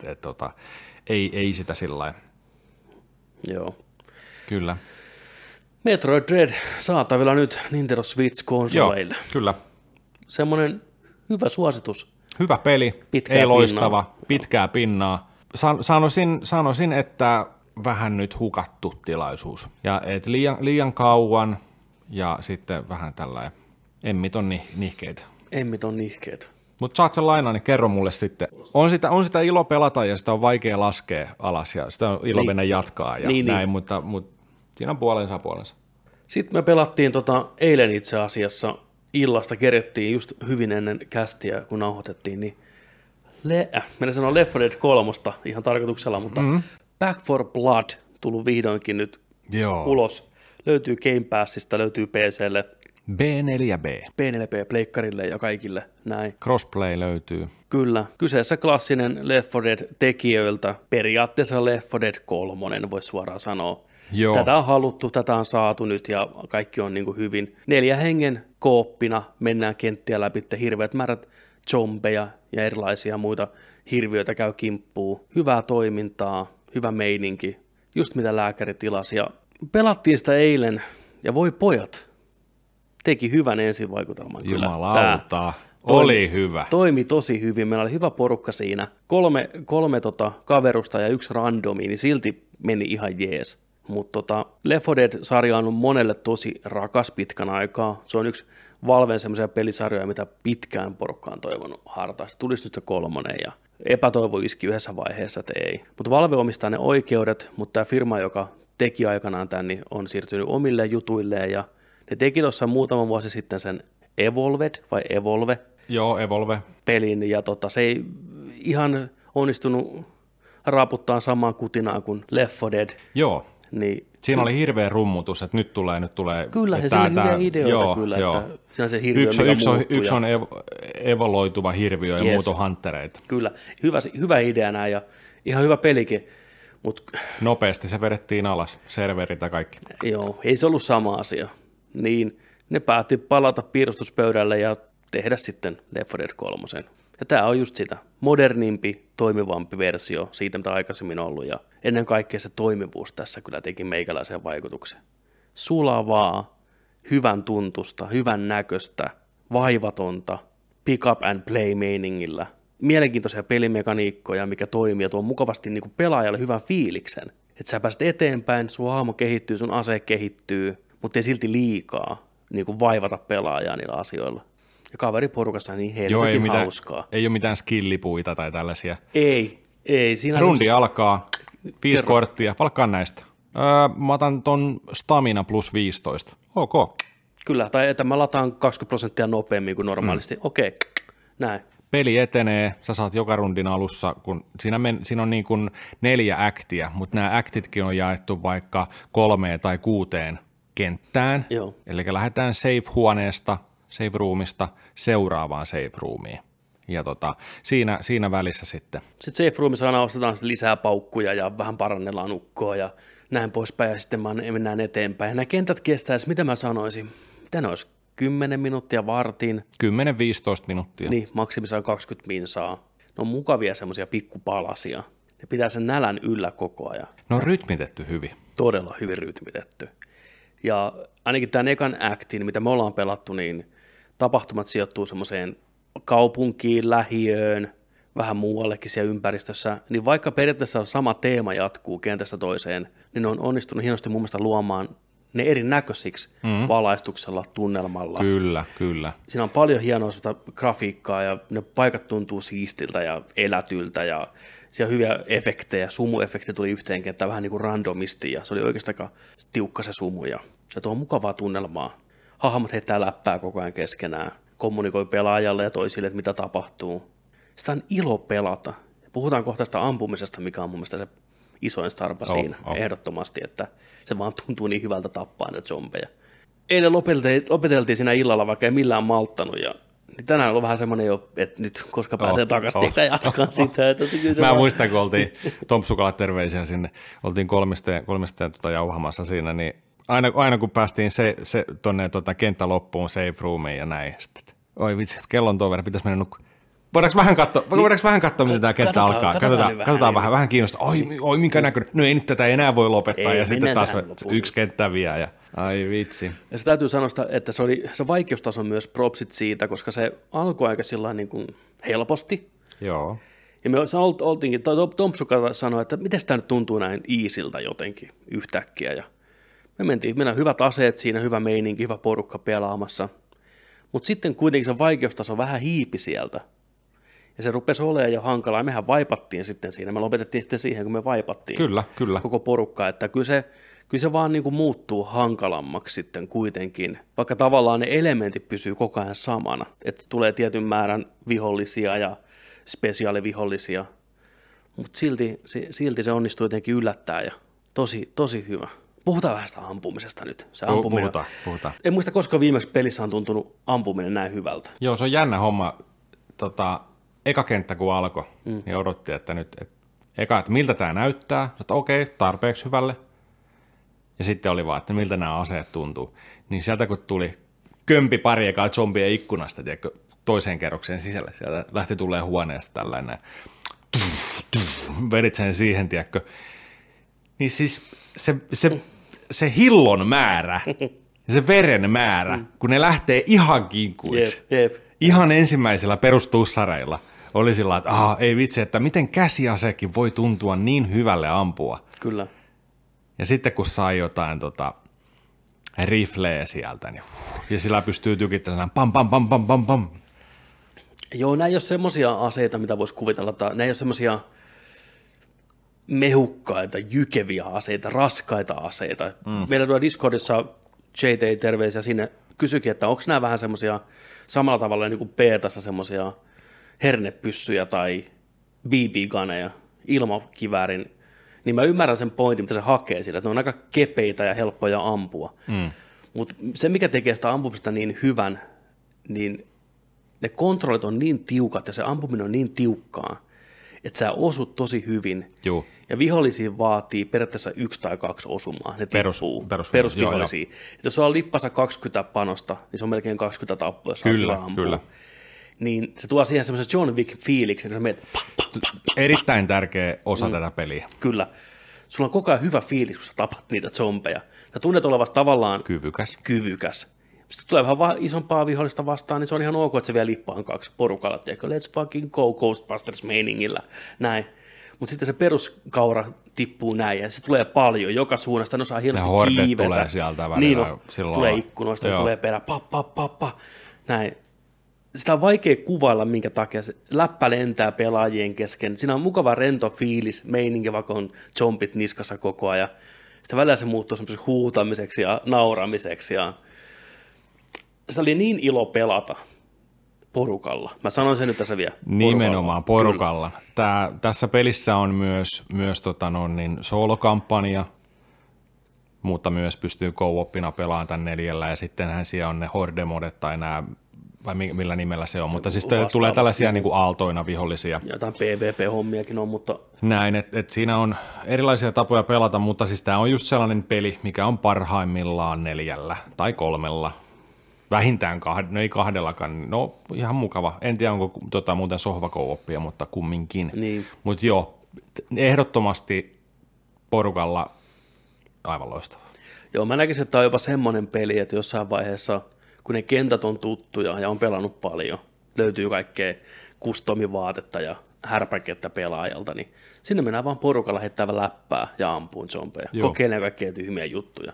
Ei sitä sillain. Joo. Kyllä. Metroid Dread saatavilla nyt Nintendo Switch-konsoleille. Joo, kyllä. Semmoinen hyvä suositus. Hyvä peli, Pitkää ei loistava, pinnaa. pitkää pinnaa. Sanoisin, että vähän nyt hukattu tilaisuus. Ja et liian kauan ja sitten vähän tällainen emmit on nihkeitä. Emmit on nihkeet. Mutta saat sen lainaa, niin kerro mulle sitten. On sitä ilo pelata ja sitä on vaikea laskea alas ja sitä on ilo mennä jatkaa ja Niin. näin, mutta siinä on puolensa. Sitten me pelattiin eilen itse asiassa illasta, kerettiin just hyvin ennen kästiä, kun nauhoitettiin, niin minä sanon Left 4 Dead 3 ihan tarkoituksella, mutta Back 4 Blood tullut vihdoinkin nyt Joo. ulos. Löytyy Game Passista, löytyy PC:lle, B4B. P4P, Pleikkarille ja kaikille näin. Crossplay löytyy. Kyllä. Kyseessä klassinen Left 4 Dead tekijöiltä. Periaatteessa Left 4 Dead 3, voisi suoraan sanoa. Joo. Tätä on haluttu, tätä on saatu nyt ja kaikki on niin kuin hyvin. 4 hengen kooppina mennään kenttiä läpi, hirveät määrät zombeja ja erilaisia muita hirviöitä käy kimppuun. Hyvää toimintaa, hyvä meininki, just mitä lääkäri tilasi. Ja pelattiin sitä eilen ja voi pojat, teki hyvän ensivaikutelman. Kyllä. Jumalauta, oli hyvä. Toimi tosi hyvin. Meillä oli hyvä porukka siinä. Kolme kaverusta ja 1 randomi, niin silti meni ihan jees. Mutta Left 4 Dead-sarja on monelle tosi rakas pitkän aikaa. Se on yksi Valven semmoisia pelisarjoja, mitä pitkään porukka on toivonut hartaasti. Tulisi nyt se 3 ja epätoivo iski yhdessä vaiheessa, että ei. Mutta Valve omistaa ne oikeudet, mutta tämä firma, joka teki aikanaan tämän, niin on siirtynyt omille jutuilleen ja ne teki tuossa muutama vuosi sitten sen Evolve. Joo, Evolve. Pelin ja se ei ihan onnistunut raaputtaa samaa kutinaa kuin Left 4 Dead. Joo. Niin, siinä oli hirveä rummutus, että nyt tulee. Kyllä, ja siinä on hyviä ideoita kyllä, että siinä on se hirviö, yksi on evoloituva hirviö ja muut on hunttereita. Kyllä, hyvä idea näin ja ihan hyvä pelikin. Nopeasti se vedettiin alas, serverit ja kaikki. Joo, ei se ollut sama asia. Niin ne päätti palata piirustuspöydälle ja tehdä sitten Left 4 Dead 3. Ja tämä on just sitä modernimpi, toimivampi versio siitä, mitä aikaisemmin on ollut. Ja ennen kaikkea se toimivuus tässä kyllä teki meikäläisen vaikutuksen. Sulavaa, hyvän tuntusta, hyvän näköistä, vaivatonta, pick up and play meiningillä. Mielenkiintoisia pelimekaniikkoja, mikä toimii ja tuo mukavasti niin kuin pelaajalle hyvän fiiliksen. Että sä pääset eteenpäin, sun hahmo kehittyy, sun ase kehittyy, mutta ei silti liikaa niin kuin vaivata pelaajaa niillä asioilla. Ja kaveriporukassa niin helvetin hauskaa. Ei ole mitään skillipuita tai tällaisia. Ei. Siinä rundi alkaa, 5 korttia, valkkaa näistä. Mä otan ton stamina plus 15. Ok. Kyllä, tai että mä lataan 20% nopeammin kuin normaalisti. Okei, näin. Peli etenee, sä saat joka rundin alussa, kun siinä on niin kuin 4 actia, mutta nämä actitkin on jaettu vaikka 3 tai 6 kenttään. Joo. Eli lähdetään save-huoneesta, save-roomista seuraavaan save-roomiin. Ja siinä välissä sitten. Sitten save-roomissa aina ostetaan lisää paukkuja ja vähän parannellaan ukkoa ja näin poispäin ja sitten mennään eteenpäin. Ja nämä kentät kestäisi, mitä mä sanoisin, mitä ne olisi? 10 minuuttia vartin. 10-15 minuuttia. Niin, maksimissaan 20 minsaa. Ne on mukavia semmoisia pikkupalasia. Ne pitää sen nälän yllä koko ajan. Ne on rytmitetty hyvin. Todella hyvin rytmitetty. Ja ainakin tämän ekan actin, mitä me ollaan pelattu, niin tapahtumat sijoittuu semmoiseen kaupunkiin, lähiöön, vähän muuallekin siellä ympäristössä. Niin vaikka periaatteessa sama teema jatkuu kentästä toiseen, niin ne on onnistunut hienosti mun mielestä luomaan ne erinäköisiksi valaistuksella, tunnelmalla. Kyllä. Siinä on paljon hienoa grafiikkaa ja ne paikat tuntuu siistiltä ja elätyltä ja siellä on hyviä efektejä. Sumuefekti tuli yhteen kenttään vähän niin kuin randomisti ja se oli oikeastaan tiukka se sumu ja se tuo mukavaa tunnelmaa. Hahmot heittää läppää koko ajan keskenään, kommunikoi pelaajalle ja toisille, että mitä tapahtuu. Sitä on ilo pelata. Puhutaan kohta sitä ampumisesta, mikä on mun mielestä se isoin starpa siinä, ehdottomasti, että se vaan tuntuu niin hyvältä tappaa ne zombeja. Eilen lopeteltiin siinä illalla, vaikka ei millään malttanut, ja niin tänään on ollut vähän semmoinen jo, että nyt koska pääsee takaisin ja jatkaa sitä. Että mä muistan, kun oltiin Tompsukalla terveisiä sinne, oltiin kolmisteen jauhamassa siinä, niin aina kun päästiin se tonne kenttä loppuun, safe roomiin ja näin, sitten, oi vitsi, kellon tuon verran, pitäisi mennä nukkumaan. Voidaanko vähän katsoa, miten tämä kenttä alkaa? Katsotaan vähän kiinnostaa. Oi, minkä näköinen. No ei nyt tätä enää voi lopettaa. Ja sitten taas yksi kenttä vie. Ai vitsi. Ja se täytyy sanoa, että se vaikeustaso myös propsit siitä, koska se alkoi aika sillä niin kuin helposti. Joo. Ja me oltiinkin, Tompsuka sanoi, että miten tämä nyt tuntuu näin easiltä jotenkin yhtäkkiä. Ja meillä on hyvät aseet siinä, hyvä meininki, hyvä porukka pelaamassa. Mutta sitten kuitenkin se vaikeustaso vähän hiipi sieltä. Ja se rupesi olemaan jo hankalaa. Mehän vaipattiin sitten siinä. Me lopetettiin sitten siihen, kun me vaipattiin. Kyllä. Koko porukka. Että kyllä se vaan niin kuin muuttuu hankalammaksi sitten kuitenkin. Vaikka tavallaan ne elementit pysyy koko ajan samana. Että tulee tietyn määrän vihollisia ja spesiaalivihollisia. Mutta silti se onnistuu jotenkin yllättää ja tosi hyvä. Puhutaan vähän sitä ampumisesta nyt. Se ampuminen. Puhutaan. En muista, koska viimeksi pelissä on tuntunut ampuminen näin hyvältä. Joo, se on jännä homma. Eka kenttä kun alkoi, niin odotti, että että miltä tämä näyttää. Että okei, tarpeeksi hyvälle. Ja sitten oli vaan, että miltä nämä aseet tuntuu. Niin sieltä kun tuli kömpi pari ekaa zombien ikkunasta, tiedätkö, toiseen kerrokseen sisälle. Sieltä lähti tulee huoneesta tällainen. Vedit sen siihen, tiedätkö. Niin siis se hillon määrä ja se veren määrä, kun ne lähtee ihan kinkuiksi. Jep. Ihan ensimmäisellä perustussareilla oli sillä, että ei vitsi, että miten käsiasekin voi tuntua niin hyvälle ampua. Kyllä. Ja sitten kun sai jotain rifleä sieltä, niin, ja sillä pystyy tykittämään pam, pam, pam, pam, pam, pam. Joo, nämä ei ole semmoisia aseita, mitä voisi kuvitella, että nämä ei ole semmoisia mehukkaita, jykeviä aseita, raskaita aseita. Meillä tuolla Discordissa JT terveisiä sinne kysyikin, että onko nämä vähän semmoisia samalla tavalla niin kuin P-tassa semmoisia hernepyssyjä tai BB-ganeja ilmakiväärin, niin mä ymmärrän sen pointin, mitä se hakee sillä, että ne on aika kepeitä ja helppoja ampua. Mutta se, mikä tekee sitä ampumista niin hyvän, niin ne kontrollit on niin tiukat ja se ampuminen on niin tiukkaa, että sä osut tosi hyvin. Juu. Ja vihollisia vaatii periaatteessa 1 tai 2 osumaa. Ne tippuu. Perusvihollisia. Jos sulla on lippassa 20 panosta, niin se on melkein 20 tappua, jos kyllä. Niin se tuo siihen semmoisen John Wick-fiiliksen, kun sä menet Erittäin tärkeä osa tätä peliä. Kyllä. Sulla on koko ajan hyvä fiilis, kun sä tapat niitä zombeja. Sä tunnet olevasi tavallaan kyvykäs. Sitten tulee vähän isompaa vihollista vastaan, niin se on ihan ok, että se vielä lippaan 2 porukalla. Tiedätkö? Let's fucking go Ghostbusters-meiningillä. Näin. Mutta sitten se peruskaura tippuu näin, ja se tulee paljon joka suunnasta, ne osaa hienosti kiivetä. Tulee sieltä välillä. Niin tulee ikkunoista, ne tulee perään, pa. Näin. Sitä on vaikea kuvailla, minkä takia se läppä lentää pelaajien kesken. Siinä on mukava rento fiilis, meininki, vaikka on zombit niskassa koko ajan. Sitten välillä se muuttuu semmoiseksi huutamiseksi ja nauramiseksi. Ja sitä oli niin ilo pelata porukalla. Mä sanon sen nyt tässä vielä. Nimenomaan porukalla. Tässä pelissä on myös soolokampanja, mutta myös pystyy co-opina pelaamaan tämän 4, ja sittenhän siellä on ne horde-modet tai nämä, vai millä nimellä se on, mutta siis tulee tällaisia niin kuin aaltoina vihollisia. Jotain PvP-hommiakin on, mutta... Näin, että siinä on erilaisia tapoja pelata, mutta siis tämä on just sellainen peli, mikä on parhaimmillaan 4 tai 3. Vähintään ei 2, no ihan mukava. En tiedä, onko muuten sohva-co-opia, mutta kumminkin. Niin. Mutta joo, ehdottomasti porukalla aivan loistava. Joo, mä näkisin, että tämä on jopa semmoinen peli, että jossain vaiheessa, kun ne kentät on tuttuja ja on pelannut paljon, löytyy kaikkea customivaatetta ja härpäkettä pelaajalta, niin sinne mennään vaan porukalla heittävä läppää ja ampuun zombeja. Kokeilee kaikkea tyhmiä juttuja.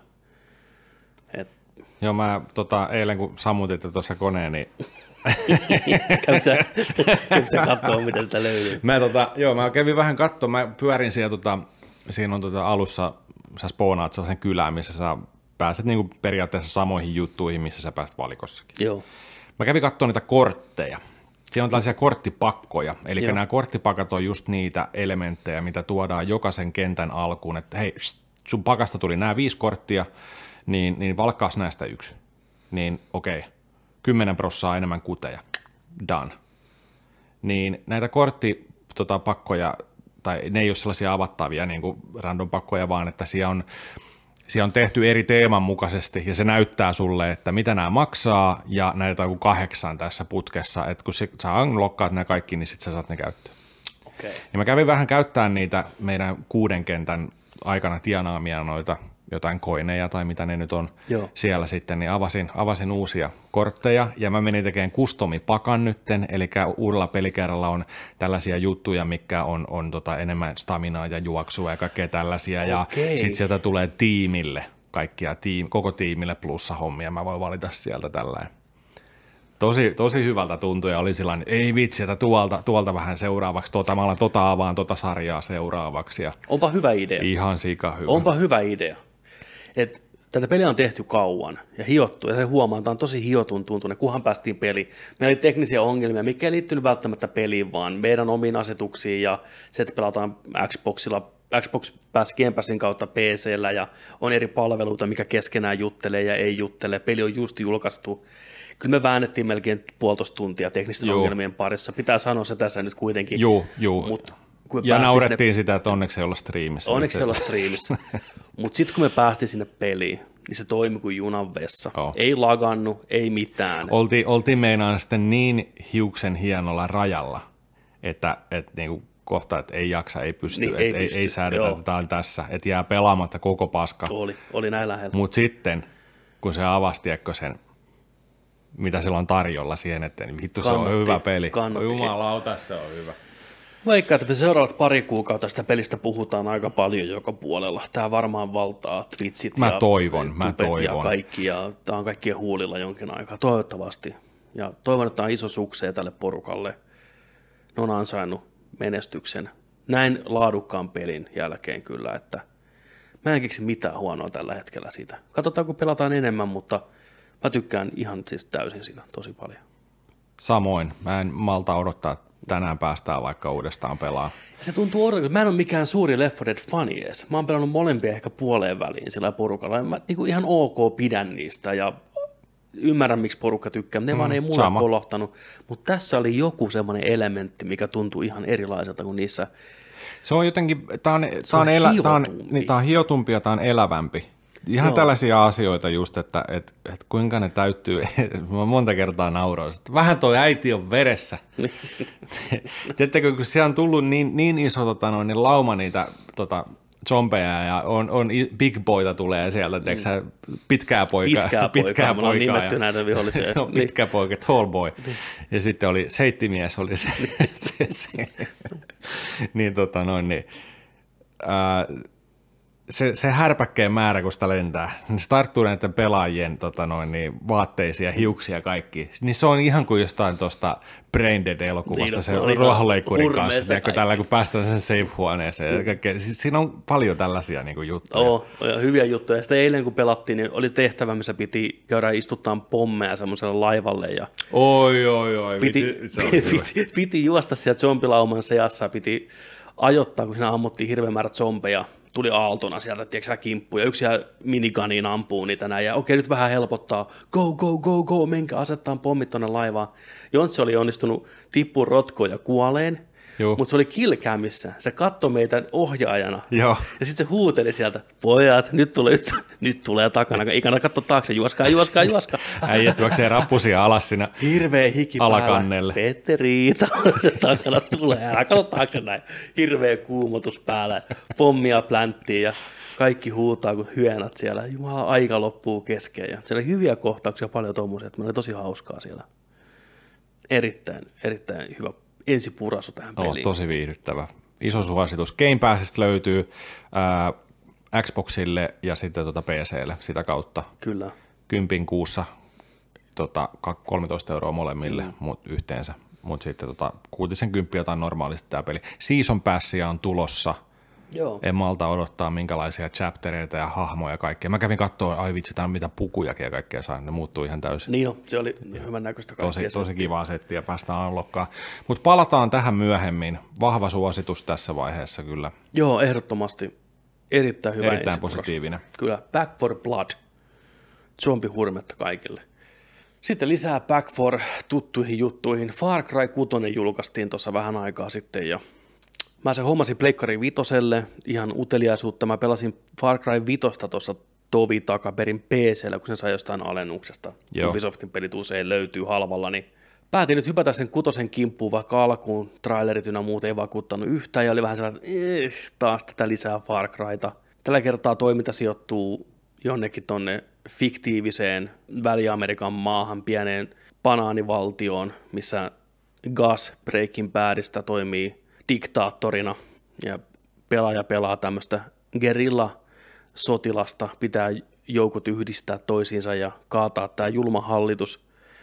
Joo, mä eilen kun sammutitte tuossa koneen, niin... Käykö sä katsoa, mitä sitä löytyy? Mä kävin vähän katsoa, mä pyörin siellä, siinä on alussa, sä spoonaat sellaisen kylään, missä sä pääset niinku periaatteessa samoihin juttuihin, missä sä pääset valikossakin. Joo. Mä kävin katsoa niitä kortteja. Siinä on tällaisia korttipakkoja, eli nämä korttipakat on just niitä elementtejä, mitä tuodaan jokaisen kentän alkuun, että hei, sun pakasta tuli nämä 5 korttia, niin valkkaas näistä 1. Niin okei, 10% enemmän kuteja. Done. Niin näitä korttipakkoja, tai ne ei ole sellaisia avattavia niin kuin random pakkoja, vaan että siellä on tehty eri teeman mukaisesti, ja se näyttää sulle, että mitä nämä maksaa, ja näitä on 8 tässä putkessa, että kun sä unlockkaat nämä kaikki, niin sitten sä saat ne käyttöön. Okay. Ja mä kävin vähän käyttämään niitä meidän 6 kentän aikana tienaamia noita jotain koineja tai mitä ne nyt on siellä sitten, niin avasin uusia kortteja, ja mä menin tekemään customipakan nytten, eli uudella pelikerralla on tällaisia juttuja, mikä on enemmän staminaa ja juoksua ja kaikkea tällaisia, ja sitten sieltä tulee tiimille koko tiimille plussa hommia, mä voin valita sieltä tällainen. Tosi hyvältä tuntui, ja oli sellainen, ei vitsi, että tuolta vähän seuraavaksi, mä alan avaan sarjaa seuraavaksi. Ja onpa hyvä idea. Ihan sika hyvä. Onpa hyvä idea. Tätä peliä on tehty kauan ja hiottu, ja se huomaa, että tämä on tosi hiotun tuntunen, kunhan päästiin peliin. Meillä oli teknisiä ongelmia, mikä ei liittynyt välttämättä peliin, vaan meidän omiin asetuksiin, ja se, että pelataan Xboxilla, Xbox pääsi Game Passin kautta PC:llä, ja on eri palveluita, mikä keskenään juttelee ja ei juttele. Peli on just julkaistu. Kyllä me väännettiin melkein 1,5 tuntia teknisten ongelmien parissa. Pitää sanoa se tässä nyt kuitenkin. Joo. Ja naurettiin sinne... sitä, että onneksi ei olla striimissä. Onneksi ei olla striimissä. Mutta sitten kun me päästiin sinne peliin, niin se toimi kuin junan vessa. Ei lagannut, ei mitään. Oltiin meinaan sitten niin hiuksen hienolla rajalla, että niinku kohta, että ei jaksa, ei pysty, niin, ei säädetä, että tämä on tässä, että jää pelaamatta koko paska. Oli näin lähellä. Mutta sitten, kun se avasi, sen, mitä siellä on tarjolla siihen, että vittu se on hyvä peli. Jumalauta, se on hyvä. Veikkaan, että seuraavat pari kuukautta sitä pelistä puhutaan aika paljon joka puolella. Tämä varmaan valtaa Twitchit Mä ja toivon. ja kaikki, ja tämä on kaikkien huulilla jonkin aikaa, toivottavasti. Ja toivon, että tämä on iso suksee tälle porukalle. Ne on ansainnut menestyksen näin laadukkaan pelin jälkeen kyllä, että mä en keksi mitään huonoa tällä hetkellä siitä. Katsotaan, kun pelataan enemmän, mutta mä tykkään ihan siis täysin siitä tosi paljon. Samoin. Mä en malta odottaa, että tänään päästään vaikka uudestaan pelaamaan. Se tuntuu odotettu, mä en ole mikään suuri Left 4 Dead-fani edes. Mä oon pelannut molempia ehkä puoleen väliin sillä porukalla. Mä niin kuin ihan ok pidän niistä ja ymmärrän, miksi porukka tykkää. Ne vaan ei mulle polohtanut. Mutta tässä oli joku semmoinen elementti, mikä tuntuu ihan erilaiselta kuin niissä. Se on jotenkin, tää on hiotumpi ja tää on elävämpi. Ihan tällaisia asioita just, että kuinka ne täyttyy. Mä monta kertaa nauroin, että vähän toi äiti on veressä. Tiedättekö, kun siellä on tullut niin iso niin lauma niitä zombeja ja on Big Boyta tulee sieltä, tiedätkö, pitkää poikaa. Pitkää poikaa. On nimetty näitä vihollisia. Pitkä poika, tall boy. Ja sitten oli seittimies, oli se. Niin se härpäkkeen määrä, kun sitä lentää, niin se tarttuu näiden pelaajien vaatteisiin ja hiuksia ja kaikki. Niin se on ihan kuin jostain tuosta Brain Dead-elokuvasta, se ruohonleikkurin kanssa, tällä kun päästään sen safe-huoneeseen. Siis siinä on paljon tällaisia niin kuin juttuja. Oo, hyviä juttuja. Sitten eilen kun pelattiin, niin oli tehtävä, missä piti käydä istuttaan pommeja semmoiselle laivalle. Ja oi. Piti juosta sieltä zombilauman seassa, piti ajoittaa, kun siinä ammuttiin hirveän määrät zombeja. Tuli aaltona sieltä, tiedätkö kimppuun, ja yksi miniganiin ampuu niitä näin, ja okei, nyt vähän helpottaa, go, menkää asettaa pommit tuonne laivaan. Jontsi oli onnistunut tippuun rotkoon ja kuoleen, mutta se oli killcamissa, se katsoi meitä ohjaajana, Joo. Ja sitten se huuteli sieltä, pojat, nyt tulee takana, ei kannata katsoa taakse, juoskaa. Äijät juoksee rappusia alas siinä hirveä hiki alakannelle. Päällä, Petteri-Iita takana tulee, älä katso taakse näin, hirveä kuumotus päällä, pommia plänttiin ja kaikki huutaa kuin hyönät siellä, jumala aika loppuu kesken ja siellä oli hyviä kohtauksia, paljon tommosia, että me oli tosi hauskaa siellä. Erittäin hyvä ensipurasu tähän peliin. Tosi viihdyttävä. Iso suositus. Game Passista löytyy Xboxille ja sitten PClle sitä kautta. Kyllä. 10 kuussa 13 € molemmille yhteensä. Mutta sitten 60 jotain normaalisti tämä peli. Season Passia on tulossa. Joo. En malta odottaa minkälaisia chaptereita ja hahmoja ja kaikkea. Mä kävin katsoa, ai vitsi, tää on mitä pukujakin ja kaikkea saa. Ne muuttuu ihan täysin. Niin se oli hyvän näköistä kaikkea. Tosi kivaa settiä, päästään unlockaan. Mutta palataan tähän myöhemmin. Vahva suositus tässä vaiheessa kyllä. Joo, ehdottomasti. Erittäin hyvä. Erittäin positiivinen. Kyllä, Back 4 Blood. Zombihurmetta kaikille. Sitten lisää Back 4 tuttuihin juttuihin. Far Cry 6 julkaistiin tuossa vähän aikaa sitten ja mä sen hommasin Pleikkari 5:lle ihan uteliaisuutta. Mä pelasin Far Cry 5 tuossa tovi takaperin PC:llä, kun sen sai jostain alennuksesta. Ubisoftin pelit usein löytyy halvalla, niin päätin nyt hypätä sen 6 kimppuun, vaikka alkuun trailerit ynnä muut ei vakuuttanut yhtään, ja oli vähän sellainen, että taas tätä lisää Far Cryta. Tällä kertaa toiminta sijoittuu jonnekin tonne fiktiiviseen Väli-Amerikan maahan, pieneen banaanivaltioon, missä Gus Breaking Badista toimii diktaattorina, ja pelaaja pelaa tämmöistä gerilla-sotilasta, pitää joukot yhdistää toisiinsa ja kaataa tämä julma hallitus.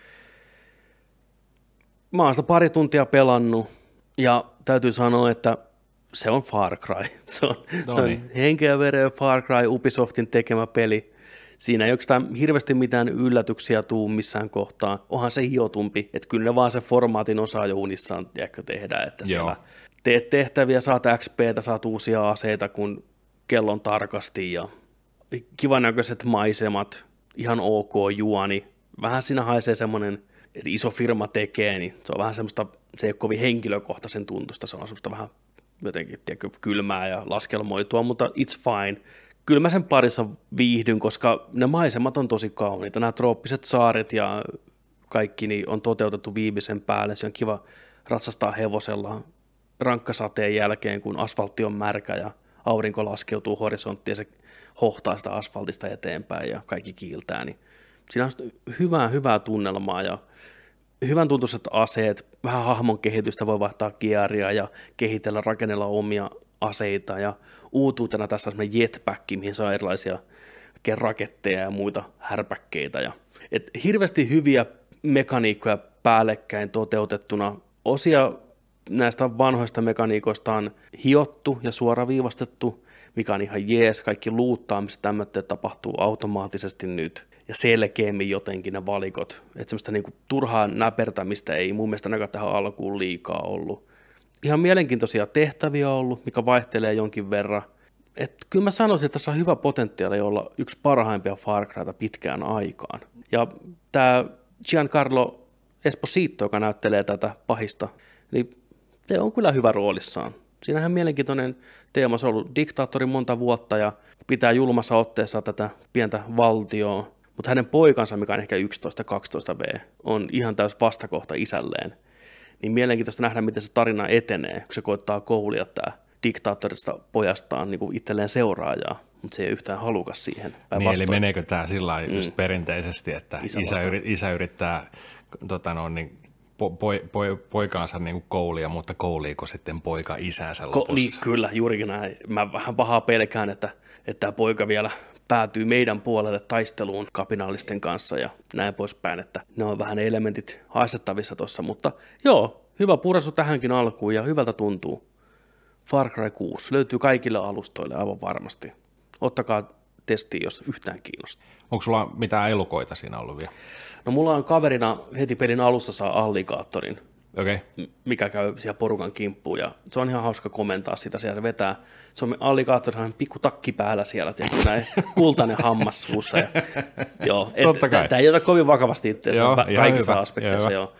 Mä oon sitä pari tuntia pelannut, ja täytyy sanoa, että se on Far Cry. Se on henkeä vereen Far Cry, Ubisoftin tekemä peli. Siinä ei oikeastaan hirveästi mitään yllätyksiä tuu missään kohtaa. Onhan se hiotumpi, että kyllä ne vaan se formaatin osaa jo unissaan tehdä, että siellä teet tehtäviä, saat XP:tä, saat uusia aseita, kun kellon tarkasti ja kivan näköiset maisemat, ihan ok juoni. Vähän siinä haisee semmoinen, että iso firma tekee, niin se on vähän semmoista, se ei ole kovin henkilökohtaisen tuntusta, se on semmoista vähän jotenkin kylmää ja laskelmoitua, mutta it's fine. Kyllä mä sen parissa viihdyn, koska ne maisemat on tosi kauniita. Nämä trooppiset saaret ja kaikki niin on toteutettu viimeisen päälle. Se on kiva ratsastaa hevosella rankkasateen jälkeen, kun asfaltti on märkä ja aurinko laskeutuu horisonttiin ja se hohtaa sitä asfaltista eteenpäin ja kaikki kiiltää. Niin siinä on hyvää tunnelmaa ja hyvän tuntuiset aseet, vähän hahmon kehitystä, voi vaihtaa gearia ja kehitellä, rakennella omia aseita ja uutuutena tässä on semmoinen jetpack, mihin saa erilaisia raketteja ja muita härpäkkeitä. Hirveästi hyviä mekaniikkoja päällekkäin toteutettuna. Osia näistä vanhoista mekaniikoista on hiottu ja suoraviivastettu, mikä on ihan jees. Kaikki luuttaamiset tämmöistä tapahtuu automaattisesti nyt ja selkeämmin jotenkin ne valikot. Että semmoista niinku turhaa näpertämistä ei mun mielestä ainakaan tähän alkuun liikaa ollut. Ihan mielenkiintoisia tehtäviä ollut, mikä vaihtelee jonkin verran. Kyllä mä sanoisin, että tässä on hyvä potentiaali olla yksi parhaimpia Far Cryta pitkään aikaan. Ja tämä Giancarlo Esposito, joka näyttelee tätä pahista, niin se on kyllä hyvä roolissaan. Siinähän mielenkiintoinen teema, se on ollut diktaattori monta vuotta ja pitää julmassa otteessa tätä pientä valtioa, mutta hänen poikansa, mikä on ehkä 11-12V, on ihan täys vastakohta isälleen. Niin mielenkiintoista nähdä, miten se tarina etenee, kun se koittaa koulia tämä diktaattorista pojastaan niin kuin itselleen seuraajaa, mutta se ei yhtään halukas siihen. Niin, eli meneekö tämä sillä just perinteisesti, että isä yrittää poikaansa niin kuin koulia, mutta kouliiko sitten poika isänsä lopussa? Niin, kyllä, juurikin näin. Mä vähän pahaa pelkään, että tämä poika vielä päätyy meidän puolelle taisteluun kapinallisten kanssa ja näin poispäin, että ne on vähän elementit haistettavissa tuossa, mutta joo, hyvä purasu tähänkin alkuun ja hyvältä tuntuu. Far Cry 6 löytyy kaikille alustoille aivan varmasti. Ottakaa testiin, jos yhtään kiinnostaa. Onko sulla mitään elukoita siinä ollut vielä? No mulla on kaverina heti pelin alussa saa alligaattorin, mikä käy siellä porukan kimppuun ja se on ihan hauska komentaa sitä. Siellä se vetää, se on alligaattorihan pikku takki päällä siellä, tietysti näin kultainen hammas suussa. Ja, joo, tämä ei ota kovin vakavasti itseänsä kaikissa aspekteissa. Joo.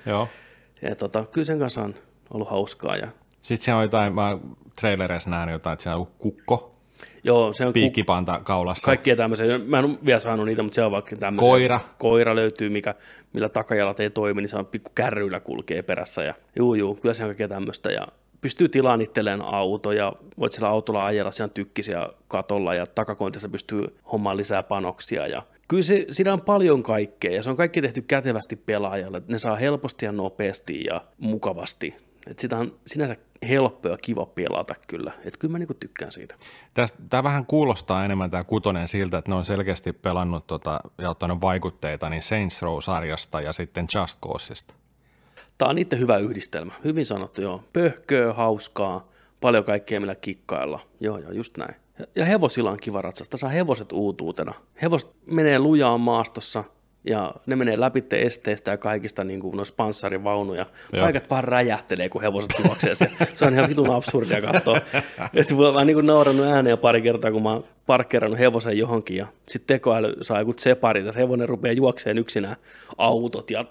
Ja kyllä sen kanssa on ollut hauskaa. Ja sitten siellä on jotain, mä trailereissa nähnyt jotain, että siellä on kukko. Joo, se on piikkipanta kaulassa. Kaikkia tämmöisiä. Mä en ole vielä saanut niitä, mutta se on vaikka tämmöisiä. Koira löytyy, millä takajalat ei toimi, niin se on pikku kärryillä kulkee perässä. Ja kyllä se on kaikkea tämmöistä. Ja pystyy tilaan itselleen auto ja voit siellä autolla ajella, siellä on tykkisiä katolla ja takakontissa pystyy hommaan lisää panoksia. Ja kyllä siinä on paljon kaikkea ja se on kaikki tehty kätevästi pelaajalle. Ne saa helposti ja nopeasti ja mukavasti. Että sitä on sinänsä helppo ja kiva pelata kyllä. Että kyllä mä niinku tykkään siitä. Tämä vähän kuulostaa enemmän tämä kutonen siltä, että ne on selkeästi pelannut ja ottanut vaikutteita niin Saints Row-sarjasta ja sitten Just Causeista. Tämä on itse hyvä yhdistelmä. Hyvin sanottu, joo. Pöhköä, hauskaa, paljon kaikkea millä kikkailla. Joo, just näin. Ja hevosilla on kiva ratsastaa. Saa hevoset uutuutena. Hevoset menee lujaan maastossa. Ja ne menee läpi esteistä ja kaikista niin kuin noissa panssarivaunuja. Paikat vaan räjähtelee, kun hevoset juoksee. Se on ihan vitun absurdia katsoa. Mä oon niin naurannut ääneen pari kertaa, kun mä oon parkkeerannut hevosen johonkin. Ja sitten tekoäly saa joku tsepari. Tässä hevonen rupeaa juokseen yksinään autot. Ja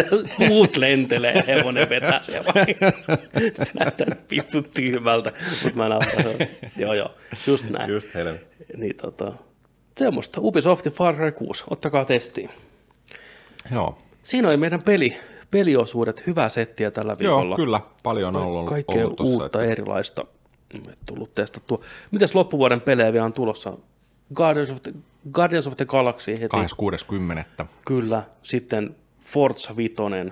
puut lentelee ja hevonen vetää sen. Se näyttää vitun tyhmältä. Mutta mä nauran. Joo, just näin. Just helmi. Niin semmoista. Ubisoftin Far Cry 6. Ottakaa testiin. Joo. Siinä oli meidän peliosuudet, hyvää settiä tällä viikolla. Joo, kyllä. Paljon on ollut kaikkea ollut tossa, uutta, erilaista tullut testattua. Mites loppuvuoden pelejä vielä on tulossa? Guardians of the Galaxy heti. 26.10. Kyllä. Sitten Forza 5.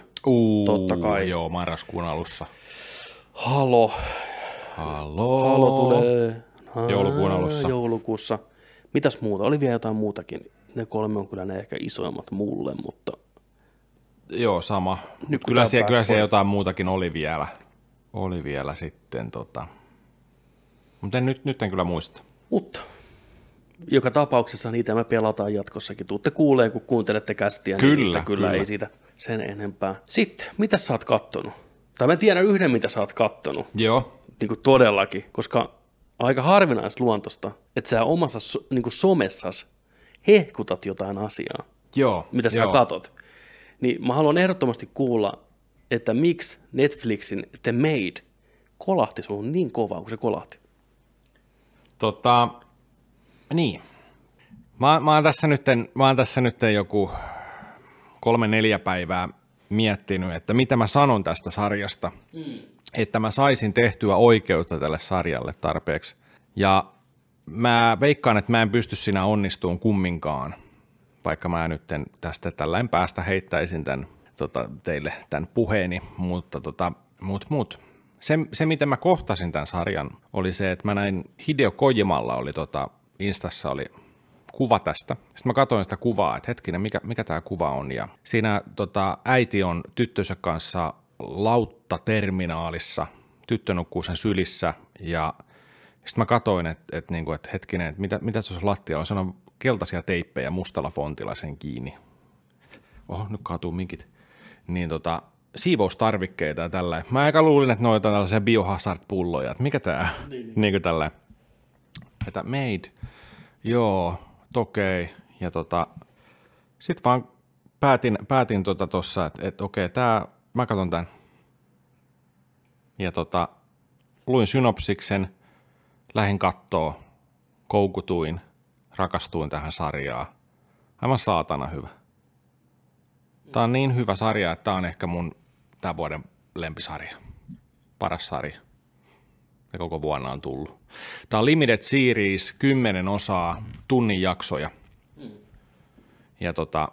Totta kai. Joo, marraskuun alussa. Halo tulee joulukuun alussa. Joulukuussa. Mitäs muuta? Oli vielä jotain muutakin. Ne 3 on kyllä ne ehkä isoimmat mulle, mutta joo, sama. Kyllä siellä jotain muutakin oli vielä sitten. Mutta nyt en kyllä muista. Mutta joka tapauksessa niitä me pelataan jatkossakin. Tuutte kuuleen, kun kuuntelette kästiä. Kyllä, ei siitä sen enempää. Sitten, mitä sä oot kattonut? Tai mä tiedän yhden, mitä sä oot kattonut. Joo. Niin kuin todellakin, koska aika harvinaisluontoista, että sä omassa niin kuin somessas hehkutat jotain asiaa. Joo. Mitä sä katot. Niin mä haluan ehdottomasti kuulla, että miksi Netflixin The Maid kolahti suhun niin kovaa kuin se kolahti. Niin. Mä oon tässä nyt joku 3-4 päivää miettinyt, että mitä mä sanon tästä sarjasta, että mä saisin tehtyä oikeutta tälle sarjalle tarpeeksi. Ja mä veikkaan, että mä en pysty siinä onnistumaan kumminkaan, vaikka mä nyt tästä tällainen päästä heittäisin tämän teille tämän puheeni, mutta se, miten mä kohtasin tämän sarjan, oli se, että mä näin Hideo Kojimalla oli Instassa oli kuva tästä. Sitten mä katsoin sitä kuvaa, että hetkinen, mikä tämä kuva on. Ja siinä äiti on tyttönsä kanssa lauttaterminaalissa, tyttö nukkuu sen sylissä ja sitten mä katsoin, että hetkinen, että mitä tuossa lattialla on. Se on keltaisia teippejä mustalla fontilla sen kiinni. Oho, nyt kaatuu minkit. Niin siivoustarvikkeita ja tällä. Mä aika luulin, että noita tällaisia biohazard-pulloja, että mikä tää niin kuin tällä. Että made. Joo, okei. Ja sit vaan päätin tossa, että okei, mä katson tän. Ja luin synopsiksen, lähdin kattoo, koukutuin, rakastuin tähän sarjaan. Aivan saatana hyvä. Tää on niin hyvä sarja, että tää on ehkä mun tämän vuoden lempisarja. Paras sarja. Ja koko vuonna on tullut. Tää on limited series, 10 osaa, tunnin jaksoja. Ja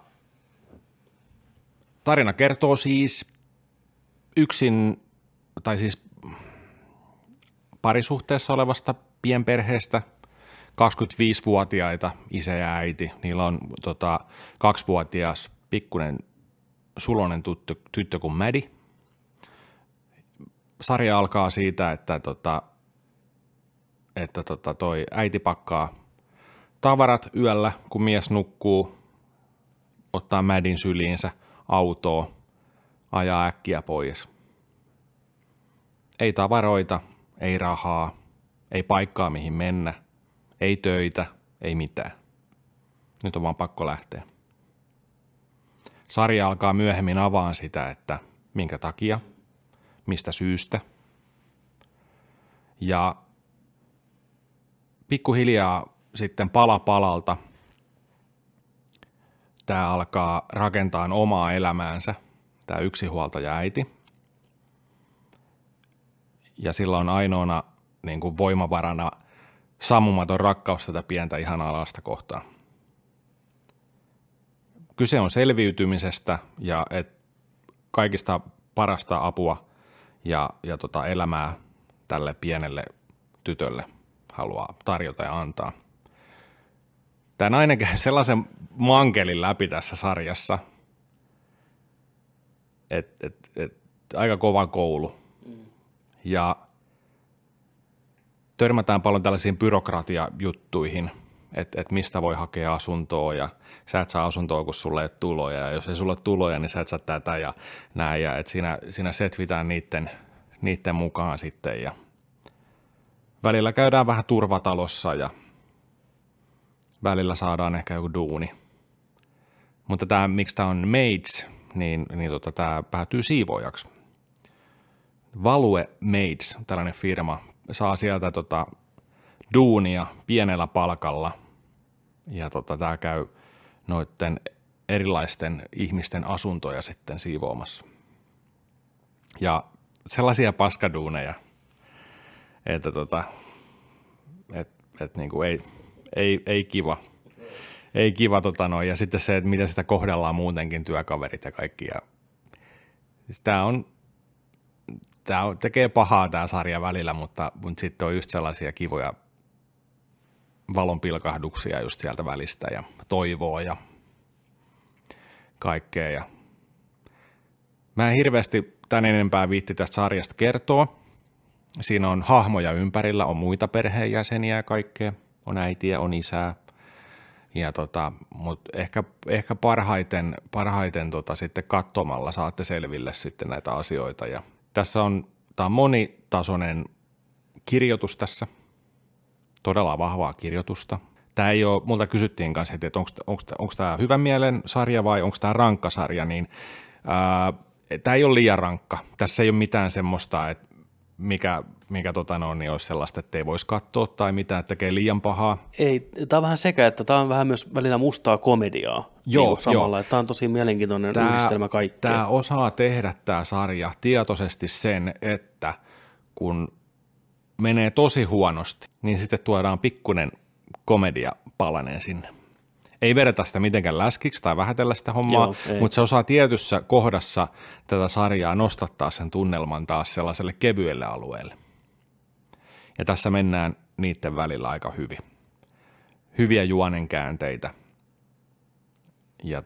tarina kertoo siis parisuhteessa olevasta pienperheestä, 25-vuotiaita isä ja äiti. Niillä on 2-vuotias pikkuinen sulonen tyttö kuin Maddie. Sarja alkaa siitä, että toi äiti pakkaa tavarat yöllä, kun mies nukkuu, ottaa Maddien syliinsä autoa, ajaa äkkiä pois. Ei tavaroita, ei rahaa, ei paikkaa mihin mennä, ei töitä, ei mitään. Nyt on vaan pakko lähteä. Sarja alkaa myöhemmin avaan sitä, että minkä takia, mistä syystä. Ja pikkuhiljaa sitten pala palalta tämä alkaa rakentaa omaa elämäänsä, tämä yksinhuoltaja äiti. Ja sillä on ainoana niin kuin voimavarana sammumaton rakkaus tätä pientä ihanaa lasta kohtaan. Kyse on selviytymisestä ja kaikista parasta apua ja elämää tälle pienelle tytölle haluaa tarjota ja antaa. Tämä nainen käy sellaisen mankelin läpi tässä sarjassa, että aika kova koulu. Ja törmätään paljon tällaisiin byrokratiajuttuihin, että mistä voi hakea asuntoa ja sä et saa asuntoa, kun sulle ei ole tuloja. Ja jos ei sulle ole tuloja, niin sä et saa tätä ja näin. Ja että siinä setvitään niiden mukaan sitten. Ja välillä käydään vähän turvatalossa ja välillä saadaan ehkä joku duuni. Mutta miksi tämä on Maids, niin tämä päätyy siivoojaksi. Value Maids, tällainen firma, saa sieltä duunia pienellä palkalla ja tämä käy noiden erilaisten ihmisten asuntoja sitten siivoamassa. Ja sellaisia paskaduuneja, että niinku ei kiva. Ei kiva ja sitten se, että miten sitä kohdellaan muutenkin työkaverit ja kaikki. Ja siis tämä tekee pahaa tämä sarja välillä, mutta sitten on just sellaisia kivoja valonpilkahduksia just sieltä välistä ja toivoa ja kaikkea. Ja mä en hirveästi tän enempää viitti tästä sarjasta kertoa. Siinä on hahmoja ympärillä, on muita perheenjäseniä ja kaikkea. On äitiä, on isää. Ja mutta ehkä parhaiten sitten katsomalla saatte selville sitten näitä asioita. Ja tämä on monitasoinen kirjoitus tässä. Todella vahvaa kirjoitusta. Tämä ei ole, multa kysyttiin kanssa heti, että onko tämä hyvän mielen sarja vai onko tämä rankka sarja, niin tämä ei ole liian rankka. Tässä ei ole mitään semmoista, että mikä niin olisi sellaista, että ei voisi katsoa tai mitään, että tekee liian pahaa. Ei, tämä on vähän sekä, että tämä on vähän myös välillä mustaa komediaa. Joo, samalla, että tämä on tosi mielenkiintoinen yhdistelmä kaikkea. Tämä osaa tehdä tämä sarja tietoisesti sen, että kun menee tosi huonosti, niin sitten tuodaan pikkuinen komediapalanen sinne. Ei vedetä sitä mitenkään läskiksi tai vähätellä sitä hommaa, mutta se osaa tietyssä kohdassa tätä sarjaa nostattaa sen tunnelman taas sellaiselle kevyelle alueelle. Ja tässä mennään niiden välillä aika hyvin. Hyviä juonenkäänteitä. Ja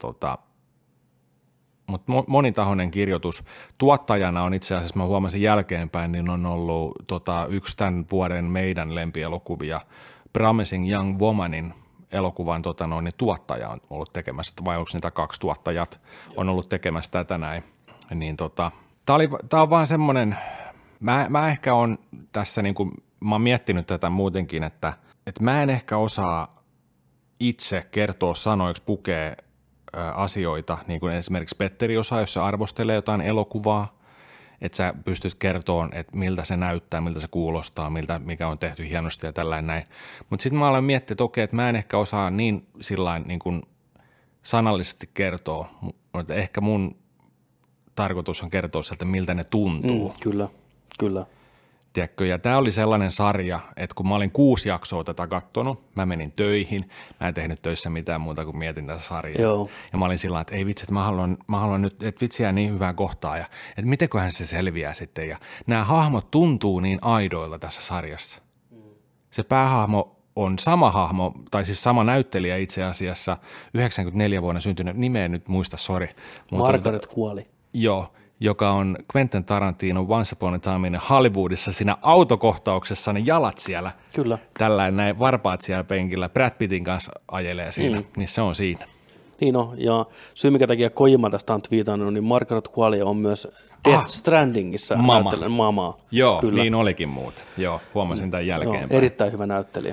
mutta monitahoinen kirjoitus. Tuottajana on itse asiassa, mä huomasin jälkeenpäin, niin on ollut yksi tämän vuoden meidän lempielokuvia, Promising Young Womanin elokuvan niin tuottaja on ollut tekemässä, vai onko niitä 2 tuottajat on ollut tekemässä tätä näin. Niin tää on vaan semmoinen, mä ehkä on tässä, niin kuin, mä oon miettinyt tätä muutenkin, että mä en ehkä osaa itse kertoa sanoiksi pukea asioita, niin kuin esimerkiksi Petteri osaa, jos se arvostelee jotain elokuvaa, että sä pystyt kertomaan, että miltä se näyttää, miltä se kuulostaa, mikä on tehty hienosti ja tällainen näin. Mutta sitten mä aloin miettiä, että okei, että mä en ehkä osaa niin sillain niin kuin sanallisesti kertoa, mutta ehkä mun tarkoitus on kertoa sieltä, miltä ne tuntuu. Kyllä. Tiedätkö? Ja tämä oli sellainen sarja, että kun mä olin 6 jaksoa tätä kattonut, mä menin töihin, mä en tehnyt töissä mitään muuta kuin mietin tätä sarjaa. Joo. Ja mä olin sillä että ei vitsi, että mä haluan nyt, että vitsi jää niin hyvää kohtaa ja että mitenköhän se selviää sitten. Ja nämä hahmot tuntuu niin aidoilta tässä sarjassa. Se päähahmo on sama hahmo, tai siis sama näyttelijä itse asiassa, 94 vuonna syntynyt, nimeä en nyt muista, sori. Margaret Qualley. Joo. Joka on Quentin Tarantino Once Upon a Time in Hollywoodissa siinä autokohtauksessa, ne jalat siellä. Kyllä. Tällainen näin varpaat siellä penkillä, Brad Pittin kanssa ajelee siinä, niin se on siinä. Niin on, ja syy mikä takia Kojima tästä on twiitannut, niin Margaret Qualley on myös Death Strandingissa Mama. Joo, kyllä. Niin olikin muuten. Joo, huomasin tämän jälkeenpäin. Erittäin hyvä näyttelijä.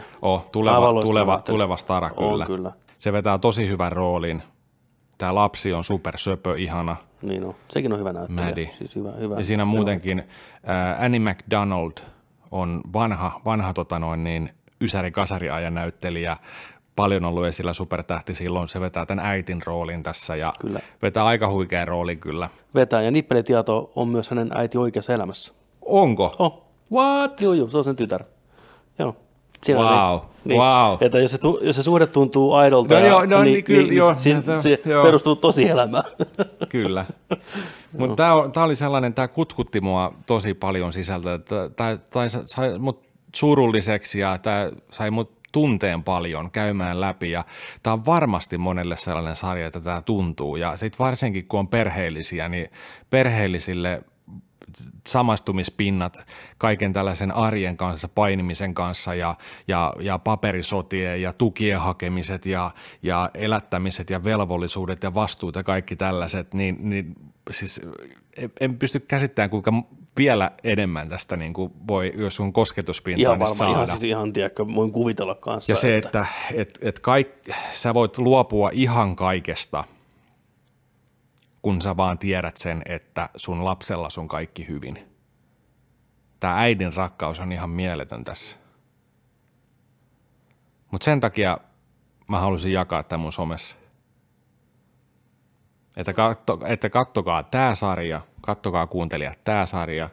Tuleva stara kyllä. Kyllä. Se vetää tosi hyvän roolin. Tämä lapsi on supersöpö, ihana. Niin on, sekin on hyvä näyttelijä. Maddie. Siis hyvä. Ja siinä muutenkin Annie MacDonald on vanha ysäri-kasari-ajan näyttelijä, paljon ollut esillä supertähti silloin, se vetää tämän äitin roolin tässä ja kyllä. Vetää aika huikean roolin kyllä. Vetää ja nippelitieto on myös hänen äiti oikeassa elämässä. Onko? What? Joo, se on sen tytär. Joo. Wow. Että jos se suhde tuntuu aidolta, se perustuu tosielämään. Kyllä. Mutta tämä oli sellainen, tämä kutkutti mua tosi paljon sisältä, että tämä sai mut surulliseksi ja tämä sai mut tunteen paljon käymään läpi ja tämä on varmasti monelle sellainen sarja, että tämä tuntuu ja sitten varsinkin kun on perheellisiä, niin perheellisille samastumispinnat kaiken tällaisen arjen kanssa, painimisen kanssa ja paperisotien ja tukien hakemiset ja elättämiset ja velvollisuudet ja vastuut ja kaikki tällaiset, niin siis en pysty käsittämään, kuinka vielä enemmän tästä niin kuin voi, jos sun kosketuspintaan niin saada. Ihan tiedätkö, voin kuvitella kanssa. Ja se, että sä voit luopua ihan kaikesta, kun sä vaan tiedät sen, että sun lapsella on kaikki hyvin. Tää äidin rakkaus on ihan mieletön tässä. Mutta sen takia mä halusin jakaa tämän mun somessa. Että kattokaa tää sarja, kattokaa kuuntelijat tää sarja,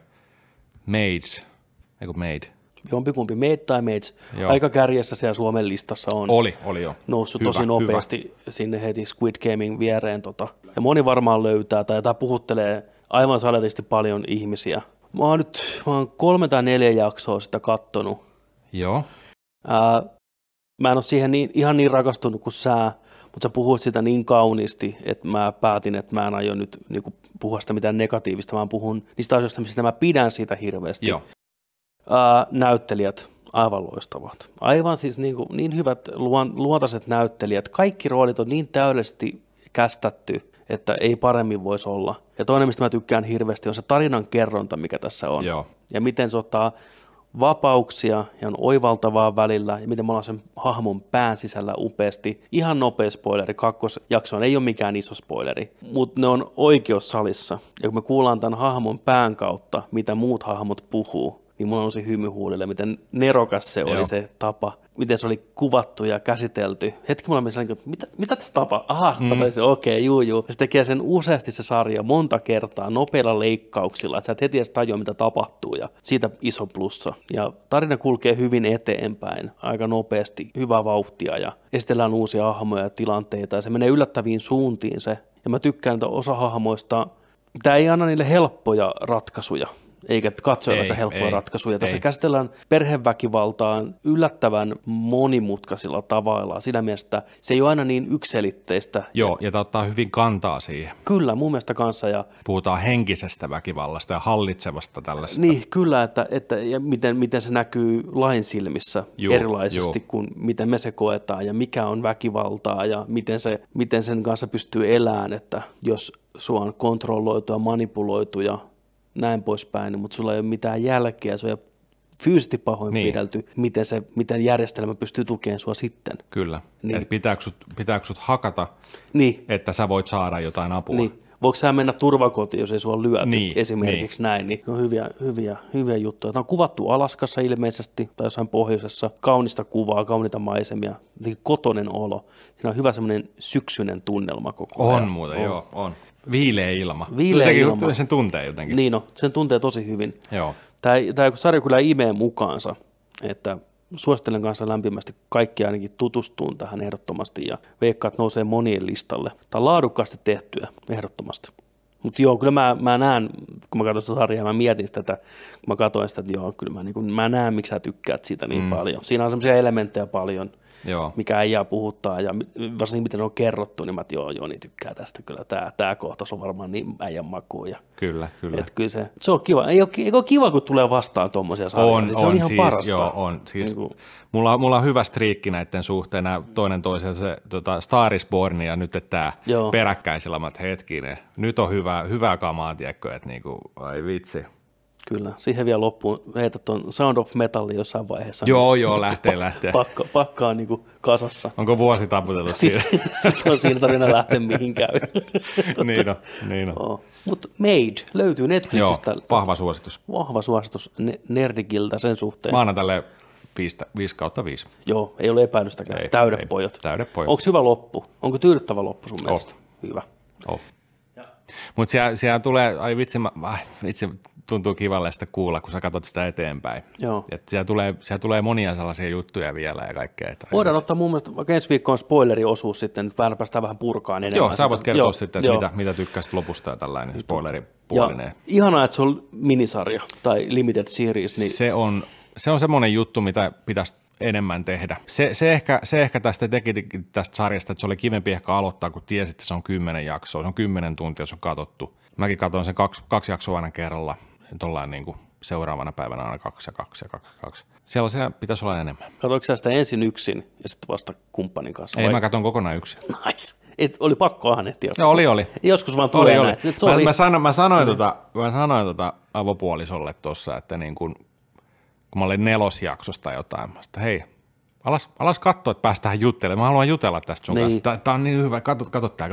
Made. Jompikumpi, Made tai Maids. Aika kärjessä siellä Suomen listassa on. Oli jo. Noussut tosi nopeasti sinne heti Squid Gamein viereen. Ja moni varmaan löytää, tai tämä puhuttelee aivan saletisti paljon ihmisiä. Mä oon 3 tai 4 jaksoa sitä kattonut. Joo. Mä en ole siihen ihan niin rakastunut kuin sä, mutta sä puhuit sitä niin kauniisti, että mä päätin, että mä en aio nyt niinku puhua sitä mitään negatiivista, vaan puhun niistä asioista, mistä mä pidän siitä hirveästi. Joo. Näyttelijät, aivan loistavat. Aivan siis niin hyvät luontaiset näyttelijät. Kaikki roolit on niin täydellisesti kästätty, että ei paremmin voisi olla. Ja toinen, mistä mä tykkään hirveästi, on se tarinan kerronta, mikä tässä on. Joo. Ja miten se ottaa vapauksia ja on oivaltavaa välillä, ja miten me ollaan sen hahmon pään sisällä upeasti. Ihan nopea spoileri, 2. jaksoon ei ole mikään iso spoileri, mutta ne on oikeussalissa. Ja kun me kuullaan tämän hahmon pään kautta, mitä muut hahmot puhuu, niin mulla nousi hymy huulille, miten nerokas se oli se tapa, miten se oli kuvattu ja käsitelty. Hetki mulla meni sellainen, että mitä tässä tapaa? Aha, okei, juu. Ja se tekee sen useasti se sarja monta kertaa nopeilla leikkauksilla, että sä et heti edes tajua, mitä tapahtuu ja siitä iso plussa. Ja tarina kulkee hyvin eteenpäin, aika nopeasti, hyvää vauhtia ja esitellään uusia hahmoja ja tilanteita ja se menee yllättäviin suuntiin se. Ja mä tykkään, että osa hahmoista, tämä ei anna niille helppoja ratkaisuja, eikä katsojallakaan helppoja ratkaisuja. Tässä käsitellään perheväkivaltaa yllättävän monimutkaisilla tavoilla. Siinä mielessä se ei ole aina niin yksiselitteistä. Joo, ja tämä ottaa hyvin kantaa siihen. Kyllä, mun mielestä kanssa. Ja puhutaan henkisestä väkivallasta ja hallitsevasta tällaista. Niin, kyllä, että ja miten se näkyy lain silmissä erilaisesti kuin miten me se koetaan ja mikä on väkivaltaa ja miten sen kanssa pystyy elämään, että jos sua on kontrolloitu ja manipuloitu ja näin poispäin, mutta sulla ei ole mitään jälkeä, se on fyysisesti pahoinpidelty, miten järjestelmä pystyy tukemaan sua sitten. Kyllä, että pitääkö sut hakata, että sä voit saada jotain apua. Niin. Voiko sä mennä turvakotiin, jos ei sua lyöty esimerkiksi näin, niin ne on hyviä juttuja. Tämä on kuvattu Alaskassa ilmeisesti tai jossain pohjoisessa, kaunista kuvaa, kauniita maisemia, kotoinen olo. Siinä on hyvä semmoinen syksyinen tunnelma koko ajan. On muuten, joo, on. Viileä ilma. Sen tuntee jotenkin. Niin sen tuntee tosi hyvin. Joo. Tämä sarja kyllä imee mukaansa, että suosittelen kanssa lämpimästi kaikki ainakin tutustuun tähän ehdottomasti ja veikkaat nousee monien listalle. Tämä on laadukkaasti tehtyä ehdottomasti. Mutta joo, kyllä mä näen, kun mä katson sitä sarjaa, mä mietin sitä, kun mä katsoin sitä, että joo, kyllä mä näen, miksi sä tykkäät siitä niin paljon. Siinä on semmoisia elementtejä paljon, mikä äijää puhuttaa ja varsinkin miten se on kerrottu, niin mä niin tykkää tästä kyllä. Tämä kohtaus on varmaan niin äijän makuun. Kyllä. Että kyllä se on kiva. Ei ole kiva, kun tulee vastaan tuommoisia sarjoja. Se on ihan parasta. Joo, on. Siis, mulla on hyvä striikki näiden suhteen. Toinen toisella se Star is Born ja nyt tämä peräkkäin silmät hetkinen. Nyt on hyvää kamaa, tiedätkö, että niinku, ai vitsi. Kyllä, siihen vielä loppuun heität tuon Sound of Metalin jossain vaiheessa. Joo, lähtee. Pakka on niinku kasassa. Onko vuosi taputellut siinä? Sitten on siinä tarina lähteä mihinkään. niin on. Mutta Made löytyy Netflixistä. Joo, vahva suositus. Vahva suositus Nerdikiltä sen suhteen. Mä annan tälle 5/5. Joo, ei ole epäilystäkään. Täydepojat. Onko hyvä loppu? Onko tyydyttävä loppu sun mielestä? Hyvä. Mutta siellä tulee, ai vitsi, tuntuu kivalle sitä kuulla, kun sä katsot sitä eteenpäin. Joo. Et siellä tulee monia sellaisia juttuja vielä ja kaikkea. Voidaan ottaa mun mielestä, vaikka ensi viikko on spoileriosuus sitten, nyt päästään vähän purkaan enemmän. Joo, sä voit kertoa sitten, että mitä tykkäsit lopusta ja tällainen spoileripuolinen. Ja ihanaa, että se on minisarja tai limited series. Niin Se on semmoinen juttu, mitä pitäisi enemmän tehdä. Se ehkä tästä sarjasta, että se oli kivempi ehkä aloittaa, kun tiesi, että se on 10 jaksoa. Se on 10 tuntia, se on katsottu. Mäkin katsoin sen kaksi jaksoa aina kerralla. Tollain niin kuin seuraavana päivänä aina 2 ja 2. Siellä pitäisi olla enemmän. Katoiko sä sitä ensin yksin ja sitten vasta kumppanin kanssa? Ei, mä katson kokonaan yksin. Nice. Oli pakko ahnetti. Joo, oli. Joskus vaan tulee näin. Mä sanoin avopuolisolle tuossa, että niin kun mä olin 4. jaksosta jotain, mä sanoin, hei, alas katsoa, että päästään juttelemaan. Mä haluan jutella tästä sun kanssa. Tää on niin hyvä, katot tää.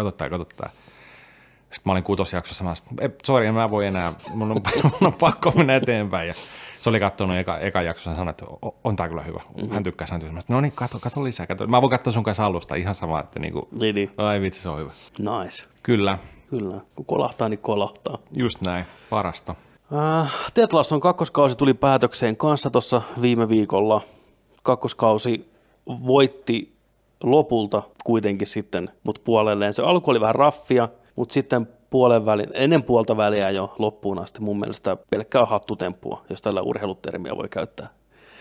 Sitten mä olin 6. jaksossa, mä sanoin, sori, mä voi enää, mun on pakko mennä eteenpäin. Ja se oli katsonut eka jaksossa ja sanoi, että on tää kyllä hyvä. Hän tykkää sanoa, että no niin, kato lisää. Mä voin katsoa sun kanssa alusta ihan sama, että niinku, ai vitsi, se on hyvä. Nice. Kyllä. Kun kolahtaa, niin kolahtaa. Just näin, parasta. Ted Lasson kakkoskausi tuli päätökseen kanssa tuossa viime viikolla. Kakkoskausi voitti lopulta kuitenkin sitten, mutta puolelleen. Se alku oli vähän raffia, mutta sitten ennen puolta väliä jo loppuun asti mun mielestä pelkkää hattutemppua, jos tällä urheilutermiä voi käyttää.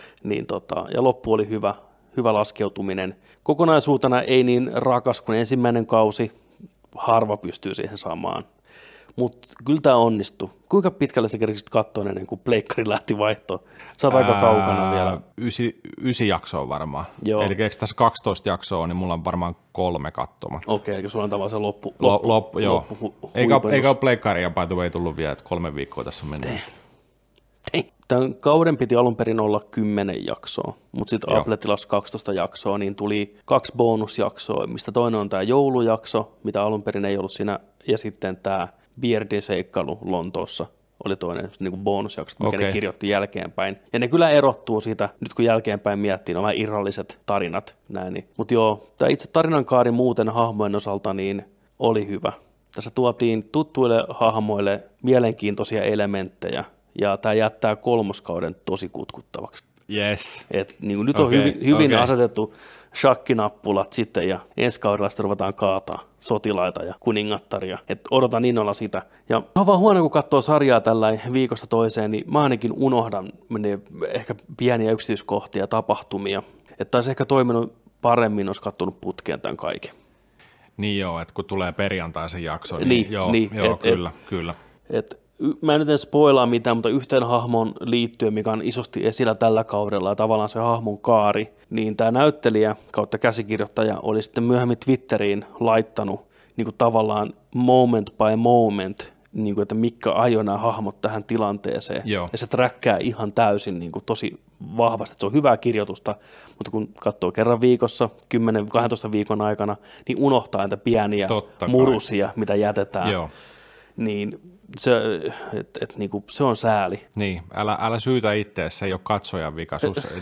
Ja loppu oli hyvä laskeutuminen. Kokonaisuutena ei niin rakas kuin ensimmäinen kausi, harva pystyy siihen samaan. Mutta kyllä tämä onnistui. Kuinka pitkälle sä kerkisit katsoa ennen kuin pleikkari lähti vaihtoon? Sä oot aika kaukana vielä. 9 jaksoa varmaan. Joo. Eli eikö tässä 12 jaksoa, niin mulla on varmaan 3 katsomaan. Okei, eli sulla on tavallaan se loppu joo. Eikä ole pleikkaria by the way tullut vielä, että 3 viikkoa tässä on mennyt. Tämän kauden piti alun perin olla 10 jaksoa, mutta sitten Apple tilasi 12 jaksoa, niin tuli 2 bonusjaksoa, mistä toinen on tämä joulujakso, mitä alun perin ei ollut siinä, ja sitten tämä Beardin seikkailu Lontoossa oli toinen niin kuin bonusjakso, mikä Okei. ne kirjoitti jälkeenpäin. Ja ne kyllä erottuu siitä, nyt kun jälkeenpäin miettii, ne on vähän irralliset tarinat. Mutta joo, tämä itse tarinankaari muuten hahmojen osalta niin oli hyvä. Tässä tuotiin tuttuille hahmoille mielenkiintoisia elementtejä, ja tämä jättää kolmoskauden tosi kutkuttavaksi. Yes. Niin nyt on hyvin asetettu shakkinappulat sitten, ja ensi kaudella sitten ruvetaan kaataa sotilaita ja kuningattaria. Odotan innolla sitä. Ja on vaan huono, kun katsoo sarjaa tällä viikosta toiseen, niin mä ainakin unohdan ehkä pieniä yksityiskohtia ja tapahtumia. Että olisi ehkä toiminut paremmin, olisi katsonut putkeen tämän kaiken. Niin joo, että kun tulee perjantaisen jakso, niin kyllä. Mä en nyt en spoilaa mitään, mutta yhteen hahmon liittyen, mikä on isosti esillä tällä kaudella ja tavallaan se hahmon kaari, niin tämä näyttelijä kautta käsikirjoittaja oli sitten myöhemmin Twitteriin laittanut niin kuin tavallaan moment by moment, niin kuin, että mikä ajoi nämä hahmot tähän tilanteeseen. Joo. Ja se träkkää ihan täysin niin kuin tosi vahvasti, että se on hyvää kirjoitusta, mutta kun katsoo kerran viikossa, 10-12 viikon aikana, niin unohtaa näitä pieniä murusia, mitä jätetään. Joo. Niin niinku, se on sääli. Niin, älä syytä itseäsi, se ei ole katsojan vika.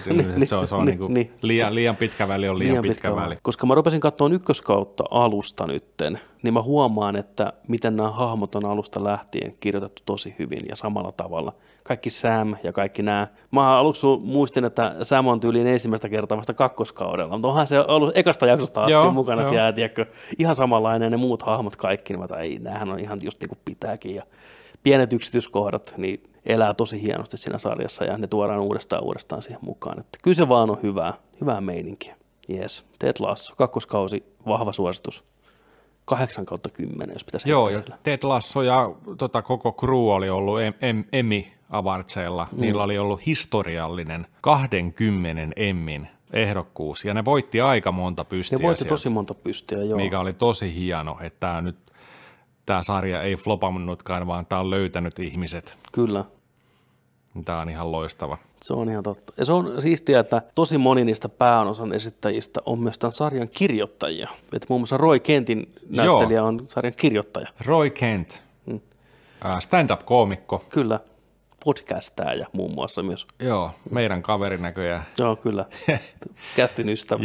Liian pitkä väli on liian pitkä väli. Koska mä rupesin katsomaan ykköskautta alusta nytten, niin mä huomaan, että miten nämä hahmot on alusta lähtien kirjoitettu tosi hyvin ja samalla tavalla. Kaikki Sam ja kaikki nämä. Mä aluksi muistin, että Sam on tyyliin ensimmäistä kertaa vasta kakkoskaudella, mutta onhan se ollut ekasta jaksosta asti mukana siellä, tiedätkö, ihan samanlainen ne muut hahmot kaikki, niin ei, näähän on ihan just niin kuin pitääkin. Ja pienet yksityiskohdat niin elää tosi hienosti siinä sarjassa ja ne tuodaan uudestaan siihen mukaan. Että kyllä se vaan on hyvää meininkiä. Jees, Ted Lasso, kakkoskausi, vahva suositus. 8/10, jos pitäisi Joo, ja Ted Lasso ja koko crew oli ollut Emmy-avartseilla. Niillä oli ollut historiallinen 20 Emmyn ehdokkuus, ja ne voitti aika monta pystiä. Ne voitti tosi monta pystiä, joo. Mikä oli tosi hieno, että tämä sarja ei flopannutkaan, vaan tämä on löytänyt ihmiset. Kyllä. Tämä on ihan loistava. Se on ihan totta. Ja se on siistiä, että tosi moni niistä pääosan esittäjistä on myös tämän sarjan kirjoittajia. Että muun muassa Roy Kentin näyttelijä on sarjan kirjoittaja. Roy Kent, stand-up-koomikko. Kyllä, podcastaaja muun muassa myös. Joo, meidän kaveri näköjään. Joo, kyllä, kästin ystävä.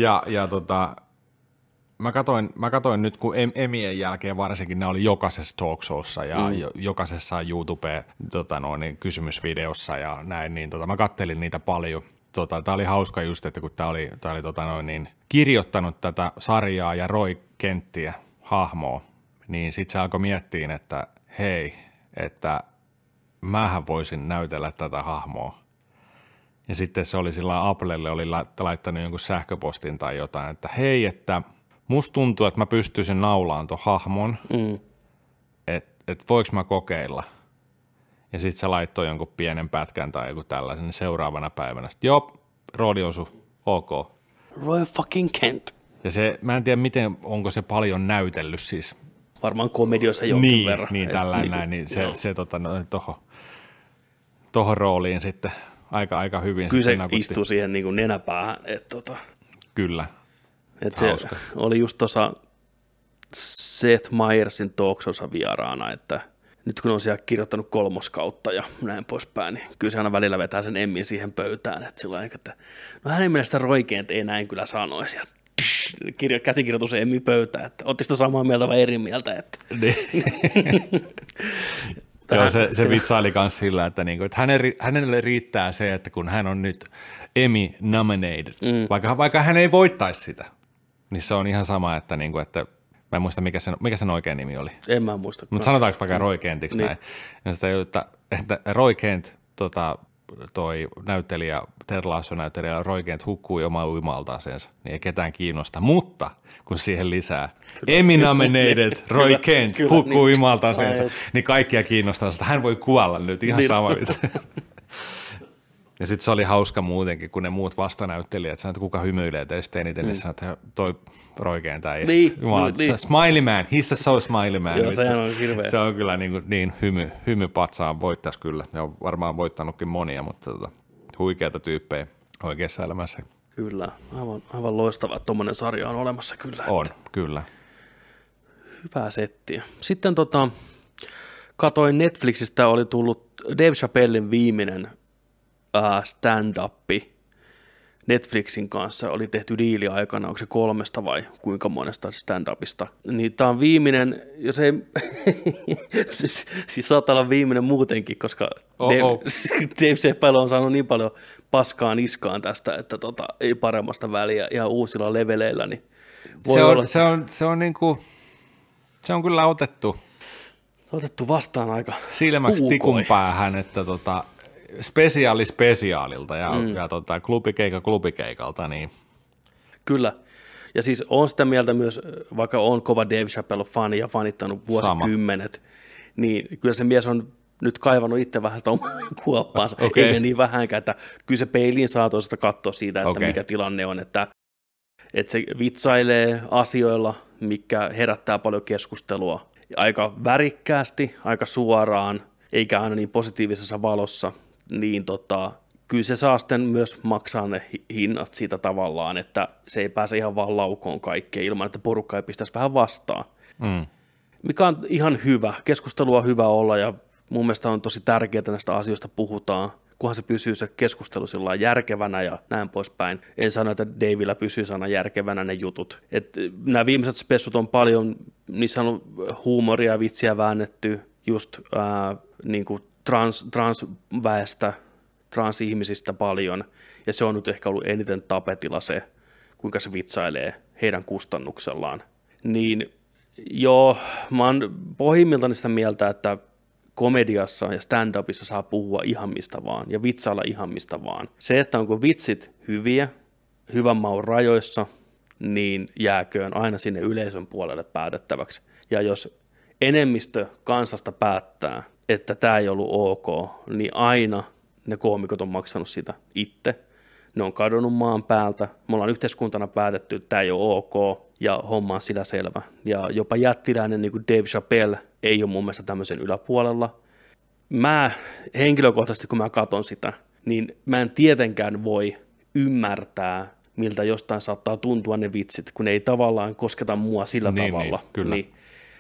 Mä katoin nyt, kun Emmien jälkeen varsinkin ne oli jokaisessa talk showssa ja jokaisessa YouTube kysymysvideossa ja näin, niin mä kattelin niitä paljon. Tää oli hauska just, että kun tää oli kirjoittanut tätä sarjaa ja Roy Kenttiä hahmoa, niin sit se alkoi miettiä, että hei, että mähän voisin näytellä tätä hahmoa. Ja sitten se oli sillä Applelle oli laittanut jonkun sähköpostin tai jotain, että hei, että musta tuntuu, että mä pystyisin naulaan ton hahmon, että voiko mä kokeilla. Ja sit se laittoi jonkun pienen pätkän tai joku tällaisen seuraavana päivänä. Sitten joo, rooli on ok. Roy fucking Kent. Ja mä en tiedä, onko se paljon näytellyt siis. Varmaan komedioissa jonkin verran. Niin, tällainen näin, niin se tohon rooliin sitten aika hyvin. Kyllä se istuu siihen niin kuin nenäpäähän. Kyllä. Se oli just tuossa Seth Meyersin talkshowssa vieraana, että nyt kun on siellä kirjoittanut 3. kautta ja näin poispäin, niin kyllä se aina välillä vetää sen Emmin siihen pöytään. Että silloin, että no hänen mielestä Roy Kent ei näin kyllä sanoisi. Ja käsikirjoitus Emmi pöytään, että ootteko sitä samaa mieltä vai eri mieltä? Että. Joo, se vitsaili myös sillä, että hänelle riittää se, että kun hän on nyt Emmy nominated, vaikka hän ei voittaisi sitä, niin se on ihan sama, että mä en muista, mikä sen oikea nimi oli. En mä muista. Mutta sanotaanko vaikka Roy Kentiksi näin. Ja sitä, että Roy Kent, toi näyttelijä, Ted Lasso-näyttelijä Roy Kent hukkuu omaa uimaltaasensa, niin ei ketään kiinnosta. Mutta kun siihen lisää Emmy nominated Roy Kent hukkuu uimaltaasensa, niin kaikkia kiinnostaa, että hän voi kuolla nyt ihan sama. Ja sitten se oli hauska muutenkin, kun ne muut vastanäyttelijät sanoivat, että kuka hymyilee teistä eniten, niin sanoivat, että toi Roy Kent tai smiley man, he's a so smiley man. Joo, sehän on hirveä. Se on kyllä niin hymypatsaan voittaisi kyllä, ja on varmaan voittanutkin monia, mutta huikeata tyyppejä oikeassa elämässä. Kyllä, aivan loistava, että tuommoinen sarja on olemassa kyllä. On, kyllä. Hyvää settiä. Sitten katoin Netflixistä, oli tullut Dave Chappellen viimeinen stand-up Netflixin kanssa oli tehty diili aikana, onko se 3 vai kuinka monesta stand-upista. Niin tämä on viimeinen, jos ei, siis saattaa olla viimeinen muutenkin, koska Dave Chappelle on saanut niin paljon paskaa niskaan tästä, että ei paremmasta väliä ihan uusilla leveleillä. Niin se on kyllä otettu vastaan aika silmäksi tikun päähän, että spesiaalilta ja klubikeikalta. Niin. Kyllä. Ja siis on sitä mieltä myös, vaikka on kova Dave Chappelle-fani ja fanittanut vuosikymmenet, niin kyllä se mies on nyt kaivannut itse vähän sitä omaa kuoppaansa. Okay. Ei niin vähänkään, että kyllä se peiliin saa toisesta katsoa siitä, että mikä tilanne on, että se vitsailee asioilla, mikä herättää paljon keskustelua. Aika värikkäästi, aika suoraan, eikä aina niin positiivisessa valossa, niin kyllä se saa sitten myös maksaa ne hinnat siitä tavallaan, että se ei pääse ihan vaan laukoon kaikkeen ilman, että porukka ei pistäisi vähän vastaan. Mikä on ihan hyvä. Keskustelua on hyvä olla ja mun mielestä on tosi tärkeää, että näistä asioista puhutaan, kunhan se pysyy se keskustelu sillä järkevänä ja näin poispäin. En sano, että Davilla pysyy sana järkevänä ne jutut. Nämä viimeiset spessut on paljon, niissä on huumoria ja vitsiä väännetty just niin kuin transväestä, transihmisistä paljon, ja se on nyt ehkä ollut eniten tapetilla se, kuinka se vitsailee heidän kustannuksellaan. Niin joo, mä oon pohjimmiltani sitä mieltä, että komediassa ja stand-upissa saa puhua ihan mistä vaan, ja vitsailla ihan mistä vaan. Se, että onko vitsit hyviä, hyvän maun rajoissa, niin jääköön aina sinne yleisön puolelle päätettäväksi. Ja jos enemmistö kansasta päättää, että tämä ei ollut ok, niin aina ne koomikot on maksanut sitä itse. Ne on kadonnut maan päältä. Me ollaan yhteiskuntana päätetty, että tämä ei ole ok, ja homma on sillä selvä. Ja jopa jättiläinen niin kuin Dave Chappelle ei ole mun mielestä tämmöisen yläpuolella. Mä henkilökohtaisesti, kun mä katson sitä, niin mä en tietenkään voi ymmärtää, miltä jostain saattaa tuntua ne vitsit, kun ne ei tavallaan kosketa mua sillä tavalla. Niin, kyllä. Niin,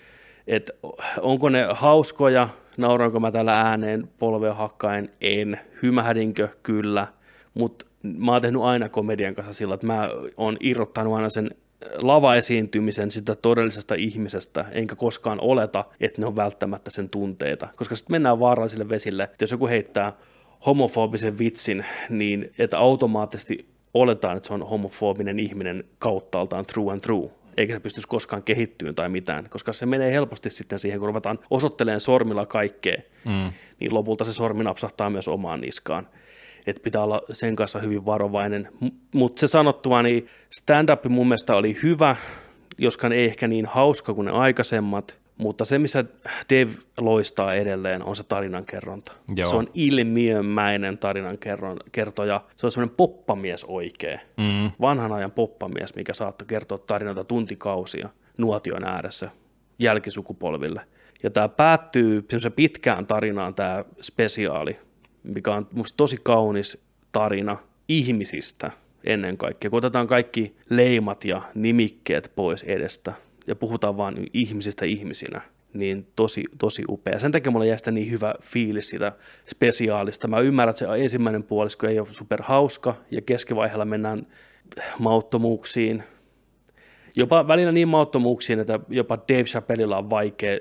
et onko ne hauskoja, nauranko mä täällä ääneen polvea hakkaen, en, hymähdinkö, kyllä, mutta mä oon tehnyt aina komedian kanssa sillä, että mä oon irrottanut aina sen lavaesiintymisen sitä todellisesta ihmisestä, enkä koskaan oleta, että ne on välttämättä sen tunteita, koska sitten mennään vaarallisille vesille, että jos joku heittää homofobisen vitsin, niin että automaattisesti oletaan, että se on homofobinen ihminen kauttaaltaan through and through, eikä se pystyisi koskaan kehittyyn tai mitään, koska se menee helposti sitten siihen, kun ruvetaan osoittelemaan sormilla kaikkea, niin lopulta se sormi napsahtaa myös omaan niskaan. Että pitää olla sen kanssa hyvin varovainen. Mutta se sanottua, niin stand-up mun mielestä oli hyvä, joskaan ei ehkä niin hauska kuin ne aikaisemmat, mutta se, missä Dave loistaa edelleen, on se tarinankerronta. Joo. Se on ilmiömäinen tarinankertoja. Se on semmoinen poppamies oikein. Vanhan ajan poppamies, mikä saattoi kertoa tarinoita tuntikausia nuotion ääressä jälkisukupolville. Ja tämä päättyy semmoisen pitkään tarinaan, tämä spesiaali, mikä on musta tosi kaunis tarina ihmisistä ennen kaikkea. Kun otetaan kaikki leimat ja nimikkeet pois edestä ja puhutaan vaan ihmisistä ihmisinä, niin tosi upea. Sen takia mulla jäi sitä niin hyvä fiilis siitä spesiaalista. Mä ymmärrän, että se ensimmäinen puolisko ei ole superhauska ja keskivaiheella mennään mauttomuuksiin. Jopa välillä niin mauttomuuksiin, että jopa Dave Chappellella on vaikea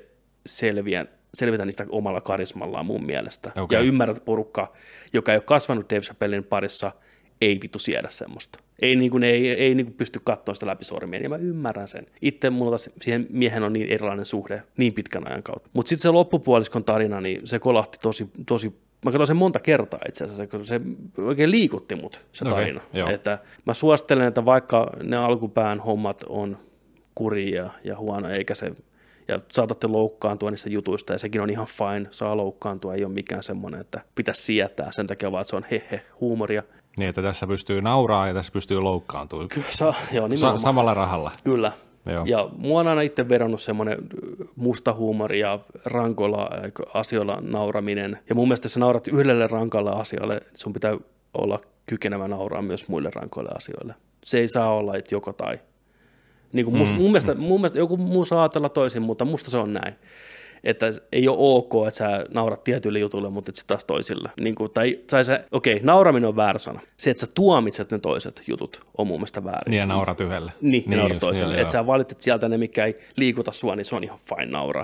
selvitä niistä omalla karismallaan mun mielestä. Okay. Ja ymmärrät porukka, joka ei ole kasvanut Dave Chappellen parissa, ei vittu siedä semmoista. Ei pysty katsoa sitä läpi sormien, ja mä ymmärrän sen. Itse mulla siihen miehen on niin erilainen suhde niin pitkän ajan kautta. Mutta sitten se loppupuoliskon tarina, niin se kolahti tosi. Mä katsoin sen monta kertaa itse asiassa, se oikein liikutti mut se tarina. Okay, että mä suosittelen, että vaikka ne alkupään hommat on kuria ja huono, eikä se, ja saatatte loukkaantua niistä jutuista, ja sekin on ihan fine, saa loukkaantua, ei ole mikään semmoinen, että pitäisi sietää sen takia, vaan että se on huumoria. Niin, että tässä pystyy nauraa ja tässä pystyy loukkaantumaan. Joo, samalla rahalla. Kyllä. Joo. Ja mua on aina itse vedonnut semmoinen musta huumori ja rankoilla asioilla nauraminen. Ja mun mielestä jos sä naurat yhdelle rankalle asialle, sun pitää olla kykenevä nauraa myös muille rankoille asioille. Se ei saa olla, että joko tai. Niin kuin mun mielestä joku muu saa ajatella toisin, mutta musta se on näin. että ei ole ok, että sä naurat tietyille jutuille, mutta et sä taas toisille. Niin kuin, nauraminen on väärä sana. Se, että sä tuomitset ne toiset jutut, on mun mielestä väärin. Niin ja naurat yhdelle. Niin naurat toiselle. Että sä valitset sieltä ne, mikä ei liikuta sua, niin se on ihan fine nauraa.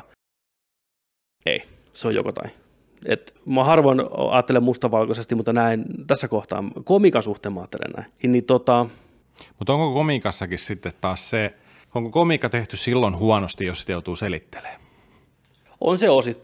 Ei, se on joko tai. Mä harvoin ajattelen mustavalkoisesti, mutta näin tässä kohtaa komiikan suhteen mä ajattelen näin. Mutta onko komiikassakin sitten taas onko komiikka tehty silloin huonosti, jos sitä joutuu selittelemään? On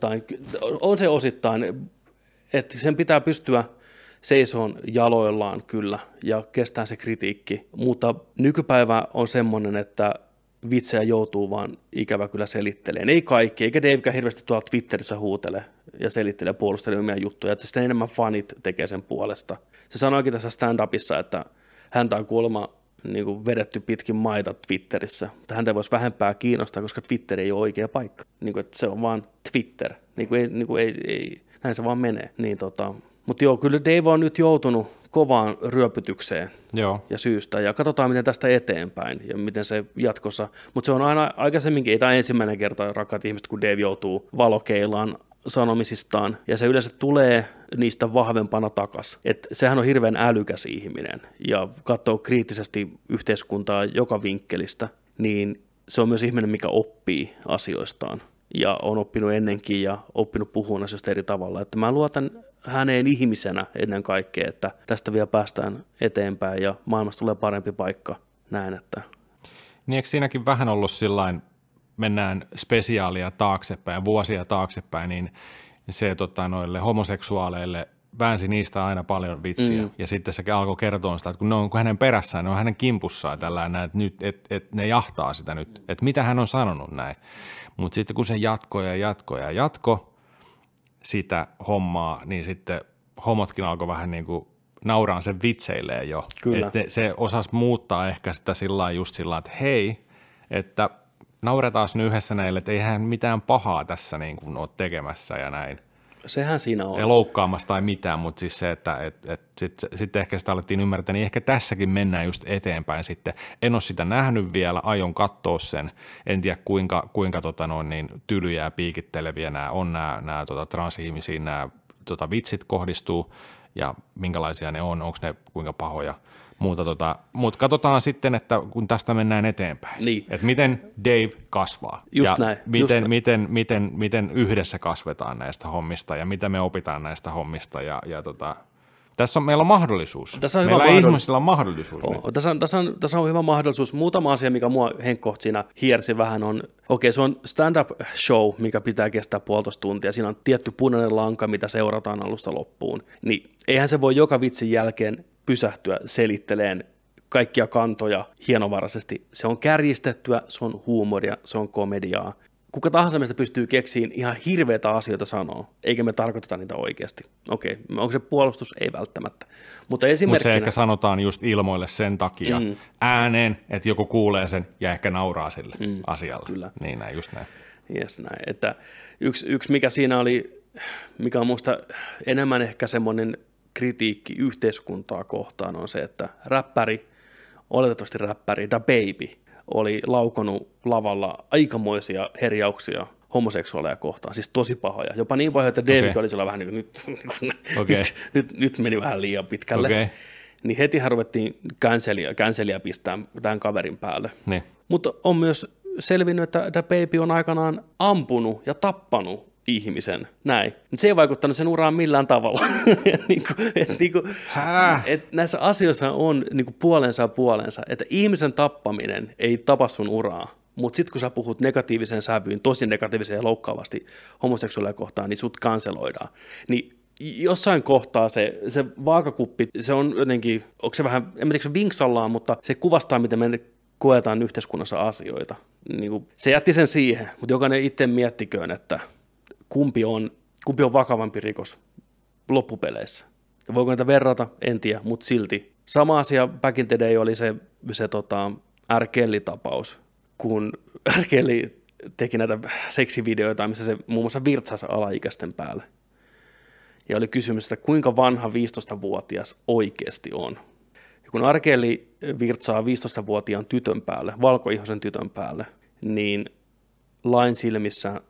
se osittain, että sen pitää pystyä seisoon jaloillaan kyllä ja kestää se kritiikki, mutta nykypäivä on semmoinen, että vitsejä joutuu vaan ikävä kyllä selittelemään. Ei kaikki, eikä Davekään hirveästi tuolla Twitterissä huutele ja selittelee ja puolustelee omia juttuja, että sitten enemmän fanit tekee sen puolesta. Se sanoikin tässä stand-upissa, että häntä on kuulemma niin kuin vedetty pitkin maita Twitterissä, mutta häntä voisi vähempää kiinnostaa, koska Twitter ei ole oikea paikka. Niin kuin, että se on vaan Twitter. Ei, näin se vaan menee. Mutta joo, kyllä Dave on nyt joutunut kovaan ryöpytykseen ja syystä, ja katsotaan miten tästä eteenpäin ja miten se jatkossa, mutta se on aina aikaisemminkin, ei tämä ensimmäinen kerta, rakkaat ihmiset, kun Dave joutuu valokeilaan sanomisistaan, ja se yleensä tulee niistä vahvempana takas. Et sehän on hirveän älykäs ihminen, ja katsoo kriittisesti yhteiskuntaa joka vinkkelistä, niin se on myös ihminen, mikä oppii asioistaan, ja on oppinut ennenkin, ja oppinut puhumaan asioista eri tavalla. Että mä luotan häneen ihmisenä ennen kaikkea, että tästä vielä päästään eteenpäin, ja maailmasta tulee parempi paikka, näin, että... Niin eikö siinäkin vähän ollut sillain, mennään spesiaalia taaksepäin, vuosia taaksepäin, niin se noille homoseksuaaleille väänsi niistä aina paljon vitsiä. Ja sitten se alkoi kertoa sitä, että kun ne on hänen perässään, ne on hänen kimpussaan tällainen, että nyt, että ne jahtaa sitä nyt, että mitä hän on sanonut näin. Mutta sitten kun se jatkoi sitä hommaa, niin sitten homotkin alkoi vähän niin kuin nauraan sen vitseilleen jo. Että se osasi muuttaa ehkä sitä just sillä että hei, että nauretaan nyt yhdessä näille, että eihän mitään pahaa tässä niin kuin ole tekemässä ja näin. Sehän siinä on. Ei loukkaamassa tai mitään, mutta siis se, että sitten ehkä sitä alettiin ymmärtää, niin ehkä tässäkin mennään just eteenpäin sitten. En ole sitä nähnyt vielä, aion katsoa sen. En tiedä kuinka tylyjä ja piikitteleviä nämä on, nämä transihmisiin nämä vitsit kohdistuu ja minkälaisia ne on, onko ne kuinka pahoja. Mutta katsotaan sitten, että kun tästä mennään eteenpäin, niin. Että miten Dave kasvaa just ja näin, miten yhdessä kasvetaan näistä hommista ja mitä me opitaan näistä hommista. Meillä on mahdollisuus. Meillä ihmisillä on mahdollisuus. Tässä on hyvä mahdollisuus. Muutama asia, mikä mua Henkko siinä hiersi vähän on, se on stand-up show, mikä pitää kestää 1,5 tuntia. Siinä on tietty punainen lanka, mitä seurataan alusta loppuun. Niin eihän se voi joka vitsin jälkeen pysähtyä selitteleen kaikkia kantoja hienovaraisesti. Se on kärjistettyä, se on huumoria, se on komediaa. Kuka tahansa meistä pystyy keksiin ihan hirveitä asioita sanoa, eikä me tarkoiteta niitä oikeasti. Onko se puolustus? Ei välttämättä. Mutta se ehkä sanotaan just ilmoille sen takia ääneen, että joku kuulee sen ja ehkä nauraa sille asialle. Kyllä. Niin näin, just näin. Yes, näin. Että yksi mikä siinä oli, mikä on musta enemmän ehkä semmoinen kritiikki yhteiskuntaa kohtaan on se, että oletettavasti räppäri DaBaby oli laukonut lavalla aikamoisia herjauksia homoseksuaaleja kohtaan, siis tosi pahoja. Jopa niin pahoja, että David oli siellä vähän niin kuin nyt meni vähän liian pitkälle. Okay. Niin heti ruvettiin canceliä pistää tämän kaverin päälle. Niin. Mutta on myös selvinnyt, että DaBaby on aikanaan ampunut ja tappanut ihmisen, näin. Se ei vaikuttanut sen uraan millään tavalla. Näissä asioissa on puolensa ja puolensa, että ihmisen tappaminen ei tapa sun uraa, mutta sitten kun sä puhut negatiivisen sävyyn, tosi negatiivisen ja loukkaavasti homoseksuaalia kohtaan, niin sut kanseloidaan. Niin jossain kohtaa se vaakakuppi, se on jotenkin, onko se vähän, en tiedä, se vinksallaan, mutta se kuvastaa, miten me koetaan yhteiskunnassa asioita. Se jätti sen siihen, mutta jokainen itse miettiköön, että kumpi on vakavampi rikos loppupeleissä. Ja voiko niitä verrata? En tiedä, mutta silti. Sama asia back in the day oli se R. Kelly-tapaus, kun R. Kelly teki näitä seksivideoita, missä se muun muassa virtsasi alaikäisten päälle. Ja oli kysymys, että kuinka vanha 15-vuotias oikeasti on. Ja kun R. Kelly virtsaa 15-vuotiaan tytön päälle, valkoihoisen tytön päälle, niin lain silmissä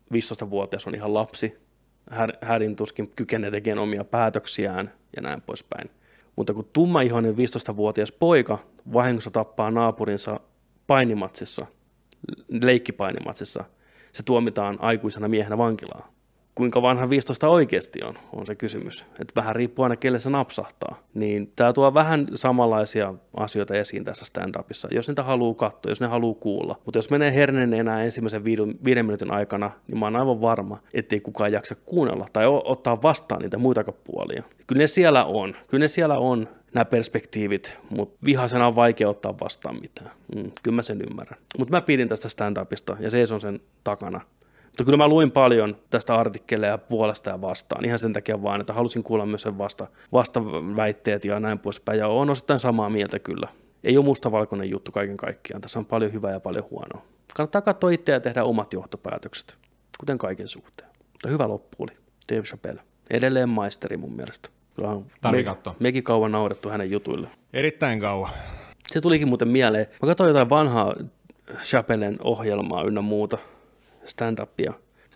15-vuotias on ihan lapsi. Härin tuskin kykenee tekemään omia päätöksiään ja näin poispäin. Mutta kun tummaihoinen 15-vuotias poika vahingossa tappaa naapurinsa painimatsissa, leikkipainimatsissa, se tuomitaan aikuisena miehenä vankilaan. Kuinka vanha 15 oikeasti on se kysymys. Että vähän riippuu aina, kelle se napsahtaa. Niin tämä tuo vähän samanlaisia asioita esiin tässä stand-upissa, jos niitä haluaa katsoa, jos ne haluaa kuulla. Mutta jos menee herneen enää ensimmäisen 5 minuutin aikana, niin mä oon aivan varma, ettei kukaan jaksa kuunnella tai ottaa vastaan niitä muita puolia. Kyllä ne siellä on nämä perspektiivit, mutta vihasena on vaikea ottaa vastaan mitään. Kyllä mä sen ymmärrän. Mutta mä pidin tästä stand-upista ja seison sen takana. Mutta kyllä mä luin paljon tästä artikkeleja puolesta ja vastaan, ihan sen takia vaan, että halusin kuulla myös sen vastaväitteet ja näin poispäin, ja on osittain samaa mieltä kyllä. Ei ole mustavalkoinen juttu kaiken kaikkiaan, tässä on paljon hyvää ja paljon huonoa. Kannattaa katsoa itseä ja tehdä omat johtopäätökset, kuten kaiken suhteen. Mutta hyvä loppu oli, Dave Chappelle. Edelleen maisteri mun mielestä. Mekin kauan naurettu hänen jutuille. Erittäin kauan. Se tulikin muuten mieleen. Mä katsoin jotain vanhaa Chappellen ohjelmaa ynnä muuta. Stand-upia.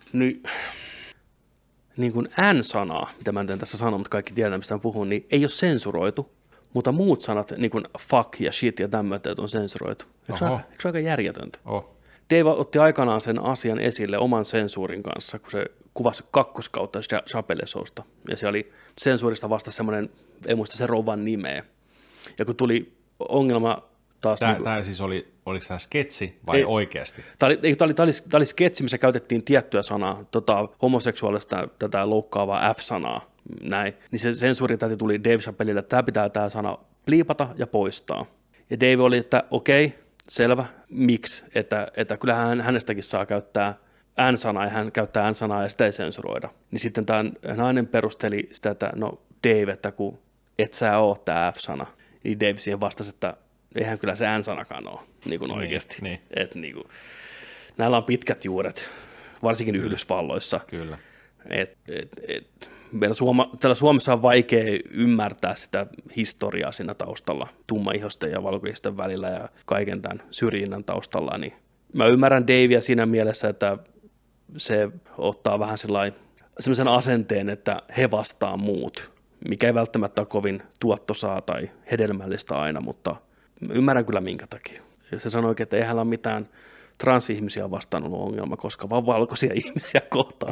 Niin kuin N-sanaa, mitä mä en tässä sano, mutta kaikki tietää, mistä mä puhun, niin ei ole sensuroitu, mutta muut sanat, niin kuin fuck ja shit ja tämmöiset on sensuroitu. Eikö se aika järjetöntä? Dave otti aikanaan sen asian esille oman sensuurin kanssa, kun se kuvasi 2. kautta Chappelle Showsta. Ja se oli sensuurista vasta semmoinen, ei muista se rovan nimeä. Ja kun tuli ongelma taas... Tämä siis oliko tämä sketsi vai oikeasti? Tämä oli sketsi, missä käytettiin tiettyä sanaa, homoseksuaalista tätä loukkaavaa F-sanaa, näin. Niin se sensuuritäti tuli Dave Chappellelle, että tämä sana bliipata ja poistaa. Ja Dave oli, että okei, selvä, miksi, että kyllähän hänestäkin saa käyttää N-sanaa ja hän käyttää N-sanaa ja sitä ei sensuroida. Niin sitten tämä nainen perusteli sitä, että no Dave, että kun et sä oo tämä F-sana, niin Dave siihen vastasi, että eihän kyllä se N-sanakaan ole niin kuin oikeasti. Niin. Niin kuin, näillä on pitkät juuret, varsinkin Yhdysvalloissa. Kyllä. Täällä Suomessa on vaikea ymmärtää sitä historiaa siinä taustalla, tummaihoisten ja valkoisten välillä ja kaiken tämän syrjinnän taustalla. Niin mä ymmärrän Davea siinä mielessä, että se ottaa vähän sellaisen asenteen, että he vastaa muut, mikä ei välttämättä ole kovin tuottosaa tai hedelmällistä aina, mutta ymmärrän kyllä minkä takia. Ja se sanoi, että ei hänellä ole mitään transihmisiä vastaan ollut ongelma, koska vaan valkoisia ihmisiä kohtaan.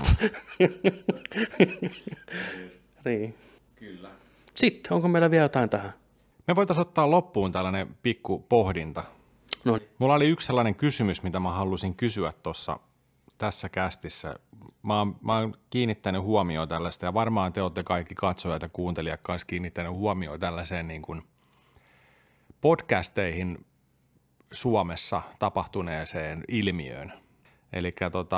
Niin. Kyllä. Sitten, onko meillä vielä jotain tähän? Me voitaisiin ottaa loppuun tällainen pikku pohdinta. No niin. Mulla oli yksi sellainen kysymys, mitä mä halusin kysyä tässä kästissä. Mä oon kiinnittänyt huomioon tällaista, ja varmaan te olette kaikki katsojat ja kuuntelijat kanssa kiinnittänyt huomioon tällaiseen niin kuin podcasteihin Suomessa tapahtuneeseen ilmiöön. Eli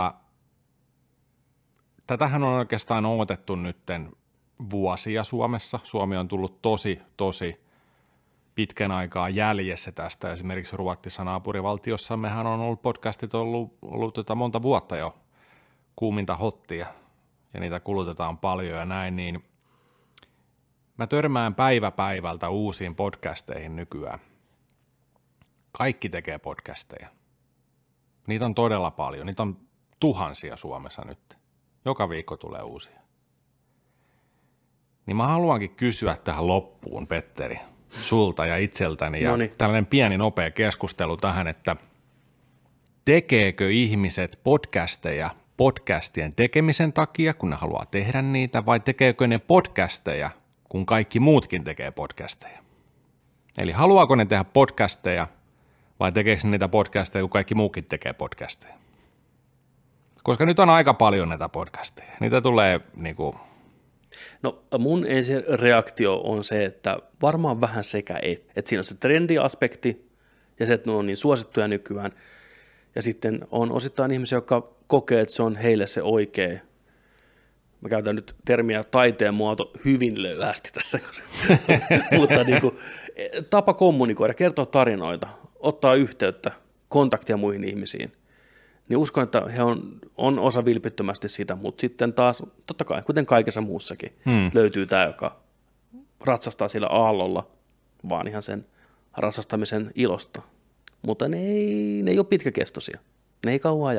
tätähän on oikeastaan odotettu nytten vuosia Suomessa. Suomi on tullut tosi pitkän aikaa jäljessä tästä. Esimerkiksi Ruotsissa naapurivaltiossa mehän on ollut podcastit ollut monta vuotta jo kuuminta hottia, ja niitä kulutetaan paljon ja näin, niin mä törmään päivä päivältä uusiin podcasteihin nykyään. Kaikki tekee podcasteja. Niitä on todella paljon. Niitä on tuhansia Suomessa nyt. Joka viikko tulee uusia. Niin mä haluankin kysyä tähän loppuun, Petteri, sulta ja itseltäni. Ja tällainen pieni nopea keskustelu tähän, että tekeekö ihmiset podcasteja podcastien tekemisen takia, kun ne haluaa tehdä niitä, vai tekeekö ne podcasteja, kun kaikki muutkin tekee podcasteja? Eli haluaako ne tehdä podcasteja, vai tekeekö ne niitä podcasteja, kun kaikki muukin tekee podcasteja? Koska nyt on aika paljon näitä podcasteja. Niitä tulee niinku... No mun ensin reaktio on se, että varmaan vähän sekä et. Että siinä on se trendiaspekti ja se, että ne on niin suosittuja nykyään. Ja sitten on osittain ihmisiä, jotka kokee, että se on heille se oikea. Mä käytän nyt termiä taiteen muoto hyvin löyhästi tässä. Mutta niin kuin, tapa kommunikoida, kertoa tarinoita, ottaa yhteyttä, kontaktia muihin ihmisiin. Niin uskon, että he on osa vilpittömästi sitä, mutta sitten taas, totta kai, kuten kaikessa muussakin, löytyy tämä, joka ratsastaa sillä aallolla, vaan ihan sen ratsastamisen ilosta. Mutta ne ei ole pitkäkestoisia. Ne ei kauan jaksa.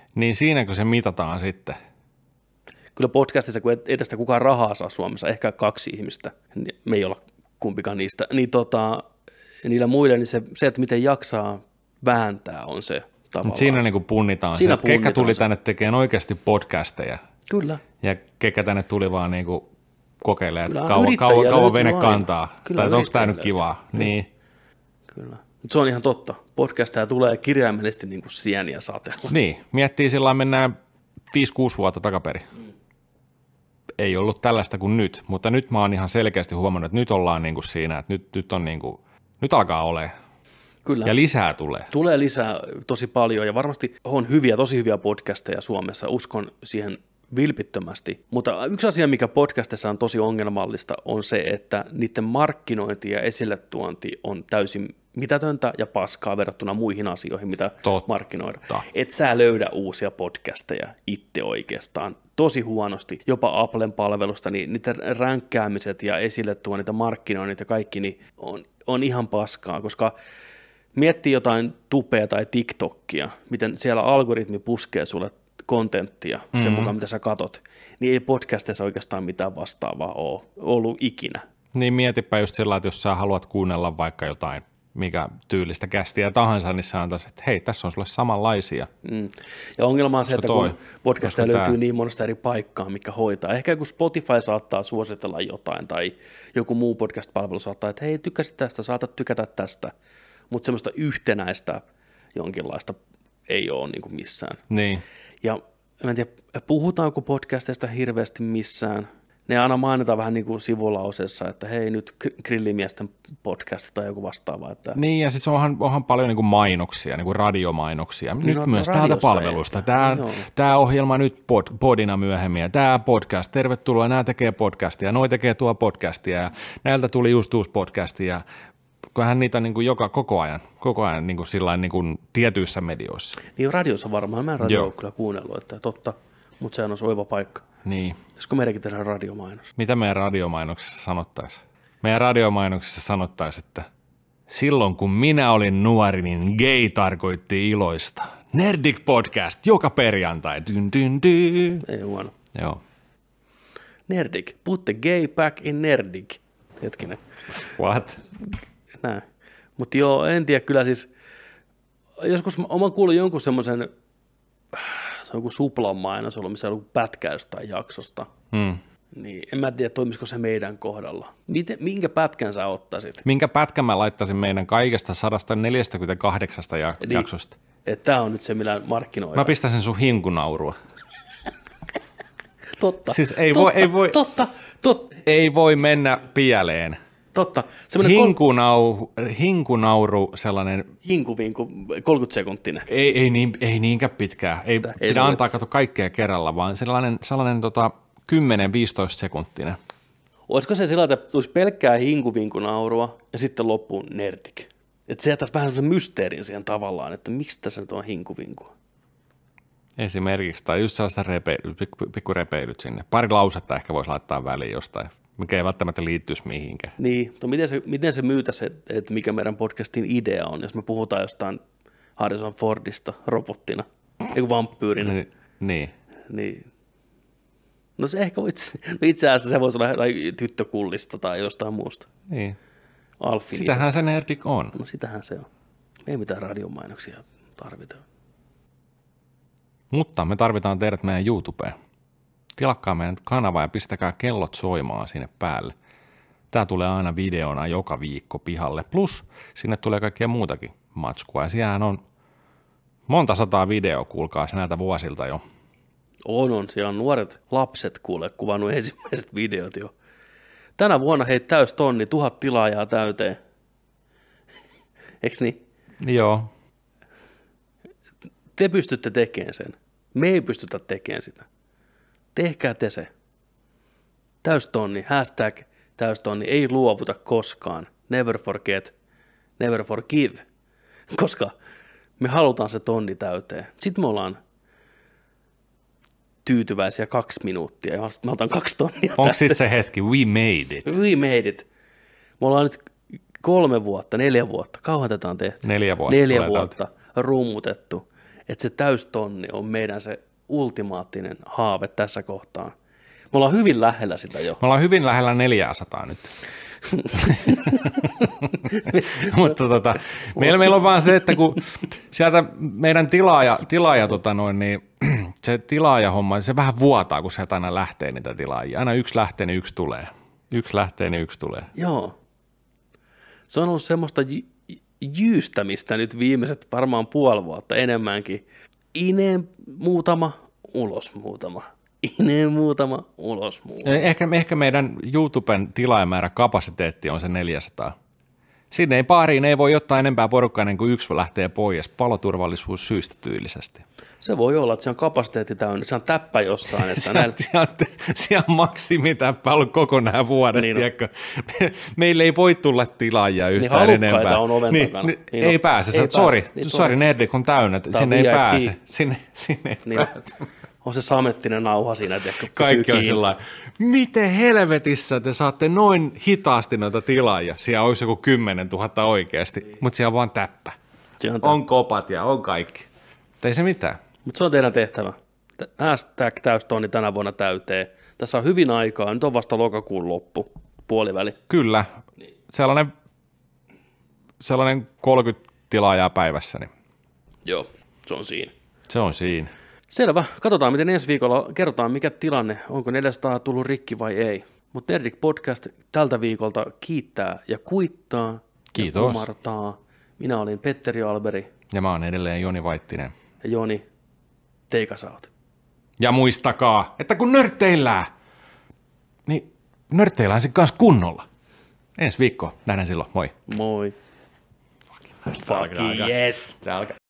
Niin siinäkö se mitataan sitten? Kyllä podcastissa, kun ei tästä kukaan rahaa saa Suomessa, ehkä 2 ihmistä, niin me ei olla kumpikaan niistä, niin niillä muilla niin se, että miten jaksaa vääntää on se tavallaan. Mutta siinä niin kuin punnitaan Siinä se. Kekkä tuli se. tänne tekemään oikeasti podcasteja. Kyllä. Ja Kekkä tänne tuli vaan niin kuin kokeilemaan, että Kyllä, kauan vene aina. kantaa. Kyllä, Tai onko tämä nyt yrittäjillä kivaa? Niin. Kyllä. Mutta se on ihan totta. Podcasteja tulee kirjaimellisesti niin kuin sieniä sateella. Niin, miettii sillä mennään 5-6 vuotta takaperin. Ei ollut tällaista kuin nyt, mutta nyt mä oon ihan selkeästi huomannut, että nyt ollaan niin kuin siinä, että nyt on niin kuin, nyt alkaa olemaan. Kyllä. Ja lisää tulee. Tulee lisää tosi paljon ja varmasti on tosi hyviä podcasteja Suomessa. Uskon siihen vilpittömästi. Mutta yksi asia, mikä podcastissa on tosi ongelmallista, on se, että niiden markkinointi ja esille tuonti on täysin mitätöntä ja paskaa verrattuna muihin asioihin, mitä markkinoidaan. Et sä löydä uusia podcasteja itse oikeastaan. Tosi huonosti, jopa Applen palvelusta, niin niiden ränkkäämiset ja esille tuonit ja markkinoinnit ja kaikki niin on ihan paskaa, koska miettii jotain tupea tai TikTokia, miten siellä algoritmi puskee sulle kontenttia sen mukaan, mitä sä katot, niin ei podcastissa oikeastaan mitään vastaavaa ole ollut ikinä. Niin mietipä just sillä, että jos sä haluat kuunnella vaikka jotain, mikä tyylistä kästiä tahansa, niin sä antaisit, että hei, tässä on sulle samanlaisia. Ja ongelma on se, että kun podcasteja löytyy niin monesta eri paikkaa, mikä hoitaa. Ehkä kun Spotify saattaa suositella jotain tai joku muu podcast-palvelu saattaa, että hei, tykkäsit tästä, saatat tykätä tästä, mutta semmoista yhtenäistä jonkinlaista ei ole niin kuin missään. Niin. Ja mä en tiedä, puhutaanko podcasteista hirveästi missään. Ne aina mainitaan vähän niin kuin sivulauseessa, että hei nyt grillimiesten podcast tai joku vastaava. Että niin ja siis onhan paljon niin kuin mainoksia, niin kuin radiomainoksia. Nyt no, myös täältä palvelusta. Tämä ohjelma nyt podina myöhemmin ja tämä podcast, tervetuloa, nämä tekee podcastia, noi tekee tuo podcastia ja näiltä tuli just uusi podcasti ja kyllähän niitä niin kuin koko ajan niin kuin sillain niin kuin tietyissä medioissa. Niin radiossa varmaan, mä en radioa kyllä kuunnellut, että totta, mutta sehän on oiva paikka. Niin. Josko meidänkin tehdään radiomainos? Mitä meidän radiomainoksessa sanottaisiin? Meidän radiomainoksessa sanottaisiin, että silloin kun minä olin nuori, niin gay tarkoitti iloista. Nerdik podcast joka perjantai. Ei huono. Joo. Nerdik. Put the gay back in Nerdik. Hetkinen. What? Näin. Mutta joo, en tiedä kyllä siis, joskus olen kuullut jonkun semmoisen, se on joku Suplan mainos ollut, missä on ollut pätkä jostain jaksosta. Niin en mä tiedä, toimisiko se meidän kohdalla. Minkä pätkän sä ottaisit? Minkä pätkän mä laittaisin meidän kaikesta 148 jaksosta? Että tää on nyt se, millä markkinoidaan. Mä pistäisin sun hinkunaurua. Totta. Siis Totta. Ei voi mennä pieleen. Totta. Hinkunauru sellainen. Hinkuvinku, 30 sekuntinen. Ei niinkään pitkää. Ei pidä antaa kato kaikkea kerralla, vaan sellainen 10-15 sekuntinen. Olisiko se sillä, että tulisi pelkkää hinkuvinkunaurua ja sitten loppuun nerdik? Että se jättäisi vähän sellaisen mysteerin siihen tavallaan, että miksi tässä nyt on hinkuvinkua. Esimerkiksi, tai just sellaista pikku repeilyt sinne. Pari lausetta ehkä voisi laittaa väliin jostain, mikä ei välttämättä liittyisi mihinkään. Niin, mutta miten se myytäisi, että mikä meidän podcastin idea on, jos me puhutaan jostain Harrison Fordista robottina, eiku vampyyrinä. Niin. No se ehkä itse asiassa se voisi olla tyttökullista tai jostain muusta. Niin. Alfinisesta. Sitähän se nerdik on. No sitähän se on. Ei mitään radiomainoksia tarvita. Mutta me tarvitaan teidät meidän YouTubeen. Tilakkaa meidän kanava ja pistäkää kellot soimaan sinne päälle. Tää tulee aina videona joka viikko pihalle. Plus sinne tulee kaikkea muutakin matskua. Ja siellähän on monta sataa videoa, kuulkaa näiltä vuosilta jo. On. Siellä on nuoret lapset kuvannut ensimmäiset videot jo. Tänä vuonna hei täys 1000 tilaajaa täyteen. Eiks niin? Joo. Te pystytte tekemään sen. Me ei pystytä tekemään sitä. Tehkää te se. Täystonni, hashtag täystonni, ei luovuta koskaan. Never forget, never forgive. Koska me halutaan se tonni täyteen. Sitten me ollaan tyytyväisiä 2 minuuttia ja me otan 2 tonnia. Onko sitten se hetki, we made it? We made it. Me ollaan nyt 3 vuotta, 4 vuotta, kauan tätä on tehty? 4 vuotta. 4 vuotta rummutettu, että se täystonni on meidän se ultimaattinen haave tässä kohtaa. Me ollaan hyvin lähellä sitä jo. Me ollaan hyvin lähellä 400 nyt. Mutta meillä on vaan se, että kun sieltä meidän se tilaajahomma, se vähän vuotaa, kun sieltä aina lähtee niitä tilaajia. Aina yksi lähtee, niin yksi tulee. Yksi lähtee, niin yksi tulee. Joo. Se on ollut semmoista jyystämistä nyt viimeiset varmaan puoli vuotta enemmänkin. Ineen muutama, ulos muutama. Ineen muutama, ulos muutama. Ehkä meidän YouTuben tilaajamäärä kapasiteetti on se 400. Sinne baariin ei voi ottaa enempää porukkaa ennen kuin yksi lähtee pois paloturvallisuus syystä tyylisesti. Se voi olla, että se on kapasiteetti täynnä. Se on täppä jossain. Että siellä on maksimitäppä ollut koko nämä vuodet. Niin meille ei voi tulla tilaajia yhtään niin enempää. On oven takana. Niin ei pääse. Sori, Nerdik on täynnä. Sinne ei pääse. Sinne ei pääse. On se samettinen nauha siinä, että kaikki on sellainen, miten helvetissä te saatte noin hitaasti noita tilaajia? Siellä olisi joku 10 000 oikeasti, mutta siellä on vaan täppä. On kopat ja on kaikki. Ei se mitään. Mutta se on teidän tehtävä. #täystonni tänä vuonna täyteen. Tässä on hyvin aikaa. Nyt on vasta lokakuun loppu, puoliväli. Kyllä. Sellainen 30 tilaajaa päivässä. Niin. Joo, se on siinä. Se on siinä. Selvä. Katsotaan, miten ensi viikolla kerrotaan, mikä tilanne, onko 400 tullut rikki vai ei. Mutta Nerdik Podcast tältä viikolta kiittää ja kuittaa. Kiitos. Ja kumartaa. Minä olin Petteri Alberi. Ja mä oon edelleen Joni Vaittinen. Ja Joni, take us out. Ja muistakaa, että kun nörtteillään, niin nörtteillään sen kanssa kunnolla. Ensi viikko. Nähdään silloin. Moi. Moi. Fuck yes.